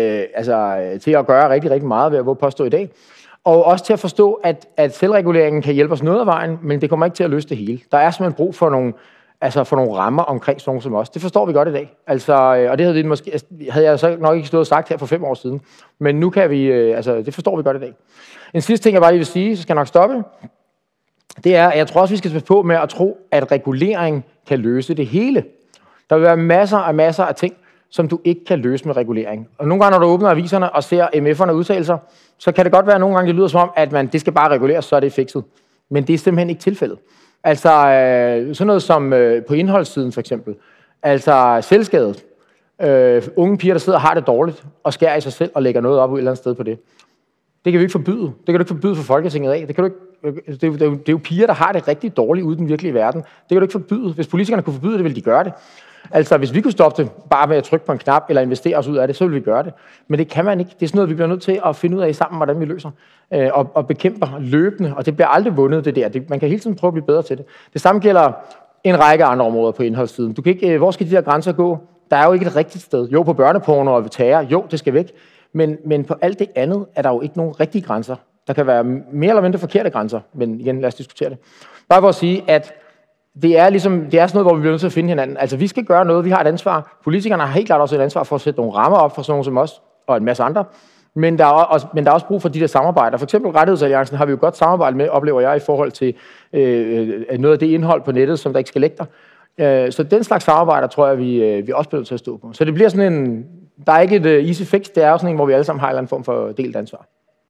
at gøre rigtig, rigtig meget, ved at påstå i dag. Og også til at forstå, at selvreguleringen kan hjælpe os noget af vejen, men det kommer ikke til at løse det hele. Der er simpelthen brug for nogle rammer omkring sådan som os. Det forstår vi godt i dag. Og det havde jeg så nok ikke stået og sagt her for 5 år siden. Men nu kan vi, det forstår vi godt i dag. En sidste ting, jeg bare lige vil sige, så skal jeg nok stoppe. Det er, at jeg tror også, vi skal passe på med at tro, at regulering kan løse det hele. Der vil være masser af ting, som du ikke kan løse med regulering. Og nogle gange, når du åbner aviserne og ser MF'erne udtale sig, så kan det godt være, at nogle gange det lyder som om, at det skal bare reguleres, så er det fikset. Men det er simpelthen ikke tilfældet. Altså sådan noget som på indholdssiden for eksempel. Altså selvskadet. Unge piger, der sidder og har det dårligt og skærer i sig selv og lægger noget op et eller andet sted på det. Det kan vi ikke forbyde. Det kan du ikke forbyde for Folketinget af. Det er jo piger, der har det rigtig dårligt ude i den virkelige verden. Det kan du ikke forbyde. Hvis politikerne kunne forbyde det, ville de gøre det. Altså, hvis vi kunne stoppe det bare med at trykke på en knap eller investere os ud af det, så ville vi gøre det. Men det kan man ikke. Det er sådan noget, vi bliver nødt til at finde ud af sammen, hvordan vi løser og bekæmper løbende. Og det bliver aldrig vundet, det der. Man kan hele tiden prøve at blive bedre til det. Det samme gælder en række andre områder på indholdssiden. Du kan ikke, hvor skal de der grænser gå? Der er jo ikke et rigtigt sted. Jo, på børneporno og terror, jo, det skal væk. Men på alt det andet er der jo ikke nogen rigtige grænser. Der kan være mere eller mindre forkerte grænser, men igen, lad os diskutere det. Bare for at sige, at det er sådan noget, hvor vi bliver nødt til at finde hinanden. Altså, vi skal gøre noget, vi har et ansvar. Politikerne har helt klart også et ansvar for at sætte nogle rammer op for sådan nogle som os, og en masse andre. Men der er også brug for de der samarbejder. For eksempel Rettighedsalliancen har vi jo godt samarbejde med, oplever jeg, i forhold til noget af det indhold på nettet, som der ikke skal lægge der. Så den slags samarbejder, tror jeg, vi også bliver nødt til at stå på. Så det bliver sådan en... Der er ikke et easy fix, det er jo sådan en, hvor vi alle sammen har en eller anden form for delt ansvar.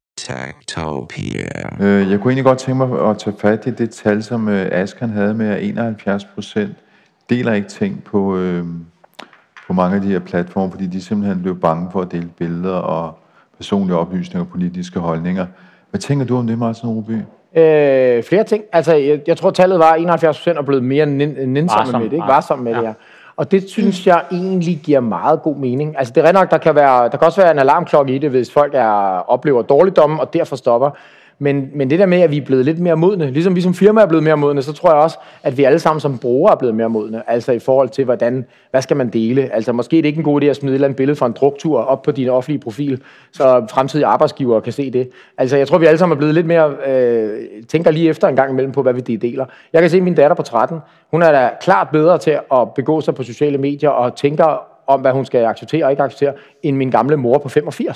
Techtopia. Jeg kunne egentlig godt tænke mig at tage fat i det tal, som Askan havde med, at 71% deler ikke ting på mange af de her platforme, fordi de simpelthen blev bange for at dele billeder og personlige oplysninger og politiske holdninger. Hvad tænker du om det, Martin Roby? Flere ting. Altså, jeg tror, tallet var 71% og blevet mere nænsomme med det, ikke? Varsomme med det her. Og det synes jeg egentlig giver meget god mening. Altså det er nok, der kan også være en alarmklokke i det, hvis folk oplever dårligdomme og derfor stopper. Men det der med, at vi er blevet lidt mere modne, ligesom vi som firma er blevet mere modne, så tror jeg også, at vi alle sammen som brugere er blevet mere modne. Altså i forhold til, hvad skal man dele? Altså måske er det ikke en god idé at smide et eller andet billede fra en druktur op på din offentlige profil, så fremtidige arbejdsgivere kan se det. Altså jeg tror, vi alle sammen er blevet lidt mere, tænker lige efter en gang imellem på, hvad vi deler. Jeg kan se min datter på 13, hun er da klart bedre til at begå sig på sociale medier og tænker om, hvad hun skal acceptere og ikke acceptere, end min gamle mor på 85.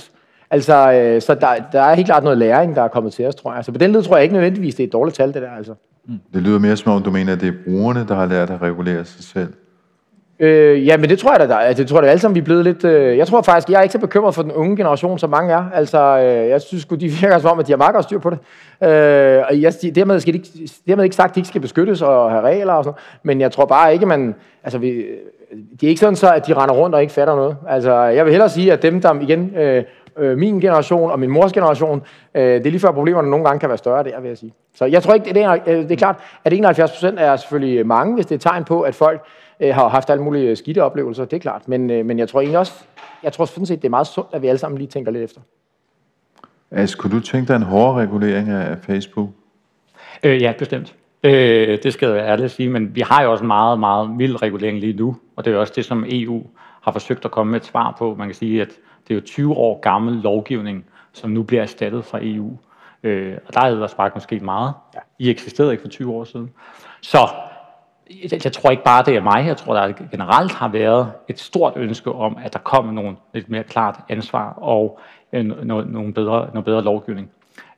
Altså, så der er helt klart noget læring, der er kommet til os, tror jeg. Altså, på den led tror jeg ikke nødvendigvis, det er et dårligt tal, det der, altså. Det lyder mere som om, du mener, at det er brugerne, der har lært at regulere sig selv. Ja, men det tror jeg da, det tror jeg alle sammen, vi er blevet lidt... Jeg tror faktisk, jeg er ikke så bekymret for den unge generation, som mange er. Altså, jeg synes sgu, de virker som om, at de har meget godt styr på det. Og dermed ikke sagt, at de ikke skal beskyttes og have regler og sådan noget. Men jeg tror bare ikke, man... Altså, det er ikke sådan så, at de render rundt og ikke fatter noget. Altså, jeg vil hellere sige, at dem, der igen... min generation og min mors generation, det er lige før problemerne nogle gange kan være større der, vil jeg sige. Så jeg tror ikke, det er klart, at 71% er selvfølgelig mange, hvis det er tegn på, at folk har haft alle mulige skidte oplevelser, det er klart. Men jeg tror egentlig også, sådan set, det er meget sundt, at vi alle sammen lige tænker lidt efter. Ask, kunne du tænke dig en hårdere regulering af Facebook? Ja, bestemt. Det skal jeg være ærlig at sige, men vi har jo også en meget, meget mild regulering lige nu, og det er jo også det, som EU har forsøgt at komme med et svar på. Man kan sige, at det er jo 20 år gammel lovgivning, som nu bliver erstattet fra EU. Og der er ellers bare måske meget. I eksisterede ikke for 20 år siden. Så jeg tror ikke bare, det er mig. Jeg tror, der generelt har været et stort ønske om, at der kommer nogle lidt mere klart ansvar og noget bedre lovgivning.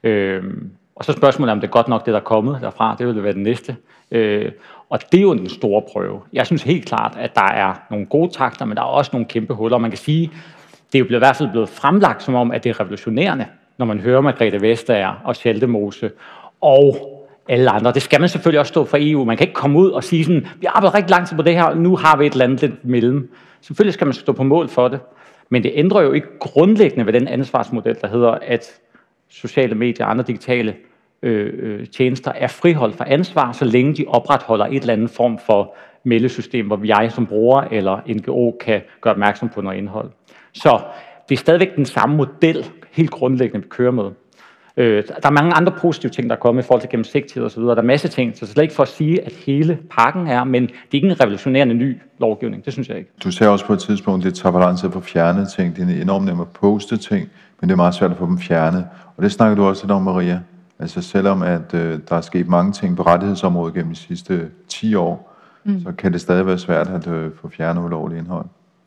Og så spørgsmålet om det er godt nok, det der er kommet derfra. Det vil være det næste. Og det er jo den store prøve. Jeg synes helt klart, at der er nogle gode takter, men der er også nogle kæmpe huller. Man kan sige, det er jo i hvert fald blevet fremlagt som om, at det er revolutionerende, når man hører Margrethe Vestager og Schaldemose og alle andre. Det skal man selvfølgelig også stå for EU. Man kan ikke komme ud og sige sådan, vi har arbejdet rigtig lang tid på det her, og nu har vi et eller andet lidt mellem. Selvfølgelig skal man stå på mål for det, men det ændrer jo ikke grundlæggende ved den ansvarsmodel, der hedder, at sociale medier og andre digitale tjenester er friholdt for ansvar, så længe de opretholder et eller andet form for meldesystem, hvor jeg som bruger eller NGO kan gøre opmærksom på noget indhold. Så det er stadigvæk den samme model, helt grundlæggende, vi kører med. Der er mange andre positive ting, der er kommet i forhold til gennemsigtighed osv. Der er masse ting, så slet ikke for at sige, at hele pakken er, men det er ikke en revolutionerende ny lovgivning. Det synes jeg ikke. Du sagde også på et tidspunkt, det tager for lang tid at få fjernet ting. Det er enormt nemt at poste ting, men det er meget svært at få dem fjernet. Og det snakker du også lidt om, Maria. Altså selvom at der er sket mange ting på rettighedsområdet gennem de sidste 10 år, så kan det stadig være svært at få fjernet ulovligt indhold.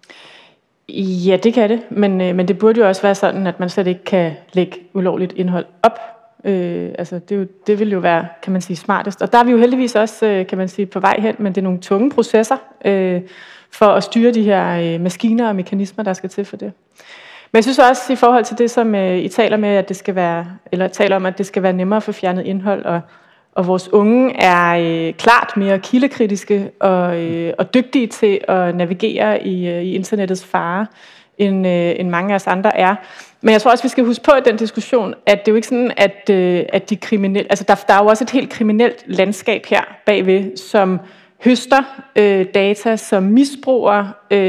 Ja, det kan det, men det burde jo også være sådan, at man slet ikke kan lægge ulovligt indhold op. Altså det vil jo være, kan man sige, smartest. Og der er vi jo heldigvis også, kan man sige, på vej hen, men det er nogle tunge processer for at styre de her maskiner og mekanismer, der skal til for det. Men jeg synes også i forhold til det, som I taler med, at det skal være, eller taler om, at det skal være nemmere at få fjernet indhold, og vores unge er klart mere kildekritiske og dygtige til at navigere i internettets fare, end mange af os andre er. Men jeg tror også, vi skal huske på i den diskussion, at det er jo ikke sådan, at de kriminelle... Altså, der er jo også et helt kriminelt landskab her bagved, som høster data, som misbruger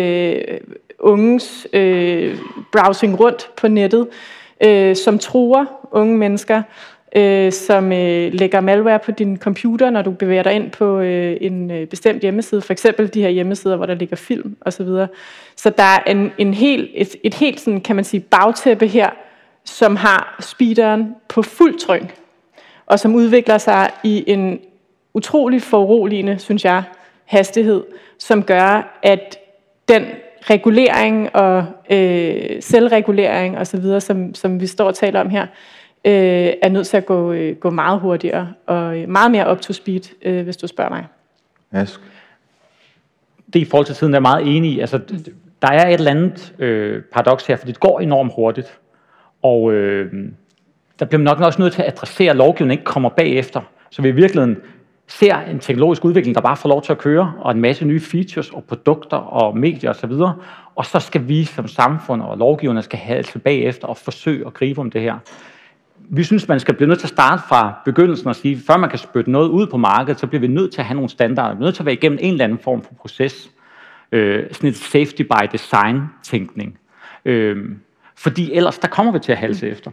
unges browsing rundt på nettet, som truer unge mennesker, som lægger malware på din computer, når du bevæger dig ind på en bestemt hjemmeside, for eksempel de her hjemmesider, hvor der ligger film osv. Så der er et helt sådan, kan man sige, bagtæppe her, som har speederen på fuld tryk, og som udvikler sig i en utrolig foruroligende, synes jeg, hastighed, som gør, at den regulering og selvregulering osv., som vi står og taler om her, er nødt til at gå meget hurtigere og meget mere up to speed, hvis du spørger mig. Ask? Det i forhold til tiden er jeg meget enig i. Altså, der er et eller andet paradoks her, for det går enormt hurtigt. Og der bliver man nok også nødt til at adressere, at lovgivningen ikke kommer bagefter. Så vi i virkeligheden ser en teknologisk udvikling, der bare får lov til at køre, og en masse nye features og produkter og medier osv. Og så skal vi som samfund og lovgiverne skal have tilbage efter og forsøge at gribe om det her. Vi synes, man skal blive nødt til at starte fra begyndelsen og sige, før man kan spytte noget ud på markedet, så bliver vi nødt til at have nogle standarder. Vi er nødt til at være igennem en eller anden form for proces. Sådan et safety by design-tænkning. Fordi ellers, der kommer vi til at halse efter.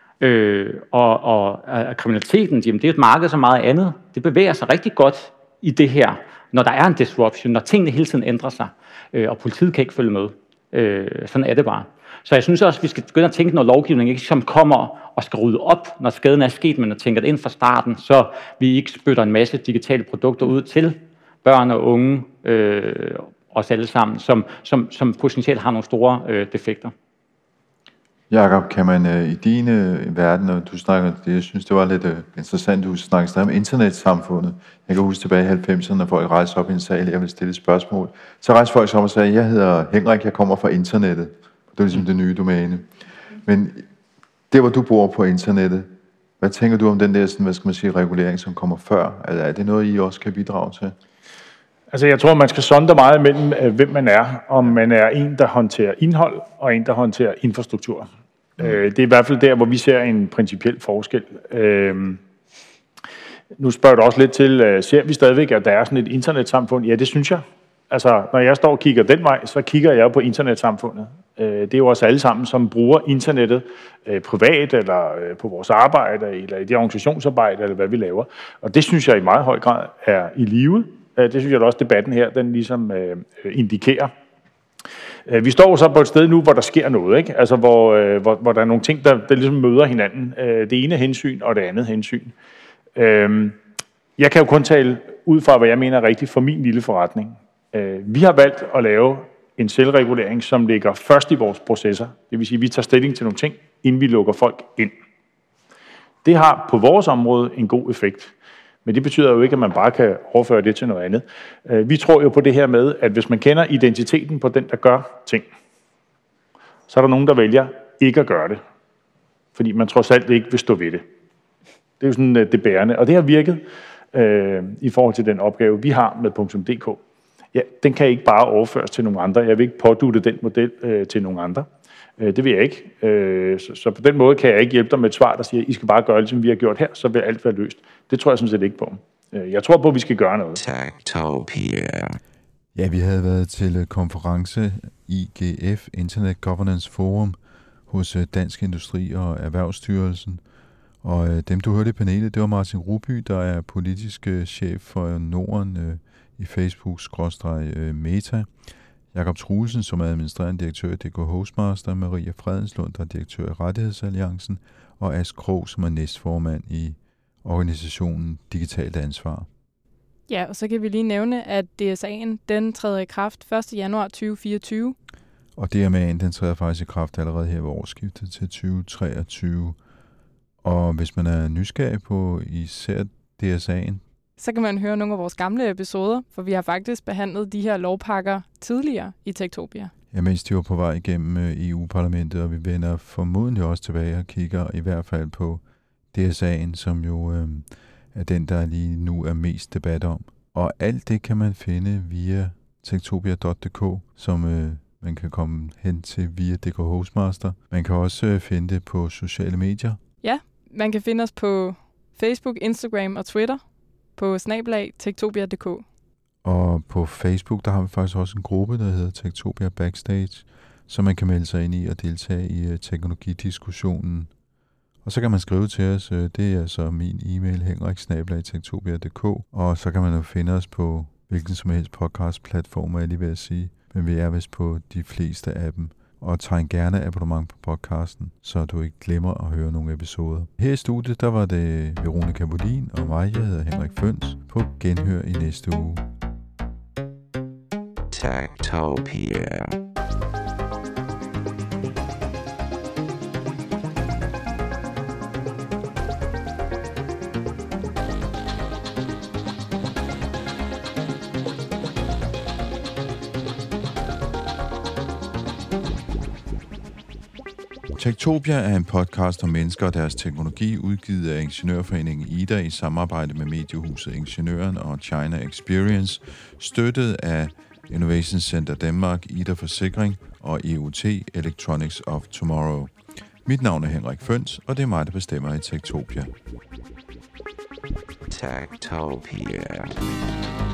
Og kriminaliteten, jamen, det er et marked som meget andet. Det bevæger sig rigtig godt i det her, når der er en disruption, når tingene hele tiden ændrer sig, og politiet kan ikke følge med. Sådan er det bare. Så jeg synes også, at vi skal begynde at tænke, når lovgivningen ikke som kommer og skal rydde op, når skaden er sket, men at tænke det ind fra starten, så vi ikke spytter en masse digitale produkter ud til børn og unge, os alle sammen, som potentielt har nogle store defekter. Jakob, kan man i din verden, og du snakker det, jeg synes, det var lidt interessant, du snakker stadig om internetsamfundet. Jeg kan huske tilbage i 90'erne, når folk rejste op i en sal, jeg ville stille et spørgsmål. Så rejste folk op og sagde, jeg hedder Henrik, jeg kommer fra internettet. Det er ligesom det nye domæne. Men der, hvor du bor på internettet, hvad tænker du om den der, sådan, hvad skal man sige, regulering, som kommer før? Altså, er det noget, I også kan bidrage til? Altså, jeg tror, man skal sondre meget mellem, hvem man er. Om man er en, der håndterer indhold, og en, der håndterer infrastruktur. Det er i hvert fald der, hvor vi ser en principiel forskel. Nu spørger du også lidt til, ser vi stadigvæk, at der er sådan et internetsamfund? Ja, det synes jeg. Altså, når jeg står og kigger den vej, så kigger jeg på internetsamfundet. Det er jo også alle sammen, som bruger internettet privat, eller på vores arbejde, eller i det organisationsarbejde, eller hvad vi laver. Og det synes jeg i meget høj grad er i live. Det synes jeg også, debatten her, den ligesom indikerer. Vi står så på et sted nu, hvor der sker noget, ikke? Altså, hvor der er nogle ting, der ligesom møder hinanden. Det ene hensyn og det andet hensyn. Jeg kan jo kun tale ud fra, hvad jeg mener er rigtigt for min lille forretning. Vi har valgt at lave en selvregulering, som ligger først i vores processer. Det vil sige, at vi tager stilling til nogle ting, inden vi lukker folk ind. Det har på vores område en god effekt. Men det betyder jo ikke, at man bare kan overføre det til noget andet. Vi tror jo på det her med, at hvis man kender identiteten på den, der gør ting, så er der nogen, der vælger ikke at gøre det. Fordi man trods alt ikke vil stå ved det. Det er jo sådan det bærende. Og det har virket i forhold til den opgave, vi har med .dk. Ja, den kan ikke bare overføres til nogle andre. Jeg vil ikke pådutte den model til nogle andre. Det vil jeg ikke. Så på den måde kan jeg ikke hjælpe dig med et svar, der siger, I skal bare gøre det, som vi har gjort her, så vil alt være løst. Det tror jeg sådan set ikke på. Jeg tror på, at vi skal gøre noget. Techtopia. Ja, vi havde været til konference IGF, Internet Governance Forum, hos Dansk Industri og Erhvervsstyrelsen. Og dem, du hørte i panelet, det var Martin Ruby, der er politisk chef for Norden i Facebook-Meta. Jakob Truelsen, som er administrerende direktør i DK Hostmaster, Maria Fredenslund, der er direktør i Rettighedsalliancen, og Ask Krog, som er næstformand i organisationen Digitalt Ansvar. Ja, og så kan vi lige nævne, at DSA'en, den træder i kraft 1. januar 2024. Og DMA'en, den træder faktisk i kraft allerede her ved årsskiftet til 2023. Og hvis man er nysgerrig på især DSA'en, så kan man høre nogle af vores gamle episoder, for vi har faktisk behandlet de her lovpakker tidligere i Techtopia. Ja, mens de var på vej igennem EU-parlamentet, og vi vender formodentlig også tilbage og kigger i hvert fald på DSA'en, som jo er den, der lige nu er mest debat om. Og alt det kan man finde via techtopia.dk, som man kan komme hen til via DK Hostmaster. Man kan også finde det på sociale medier. Ja, man kan finde os på Facebook, Instagram og Twitter på @techtopia.dk. Og på Facebook, der har vi faktisk også en gruppe, der hedder Techtopia Backstage, så man kan melde sig ind i og deltage i teknologidiskussionen. Og så kan man skrive til os, det er så min e-mail, henrik@techtopia.dk, og så kan man jo finde os på hvilken som helst podcast-platform, er jeg lige ved at sige, men vi er vist på de fleste af dem. Og tegn gerne abonnement på podcasten, så du ikke glemmer at høre nogle episoder. Her i studiet, der var det Veronica Bolin og mig, jeg hedder Henrik Føns, på genhør i næste uge. Techtopia. Techtopia er en podcast om mennesker og deres teknologi, udgivet af Ingeniørforeningen IDA i samarbejde med mediehuset Ingeniøren og China Experience, støttet af Innovation Center Danmark, IDA Forsikring og EUT Electronics of Tomorrow. Mit navn er Henrik Føns, og det er mig, der bestemmer i Techtopia. Techtopia.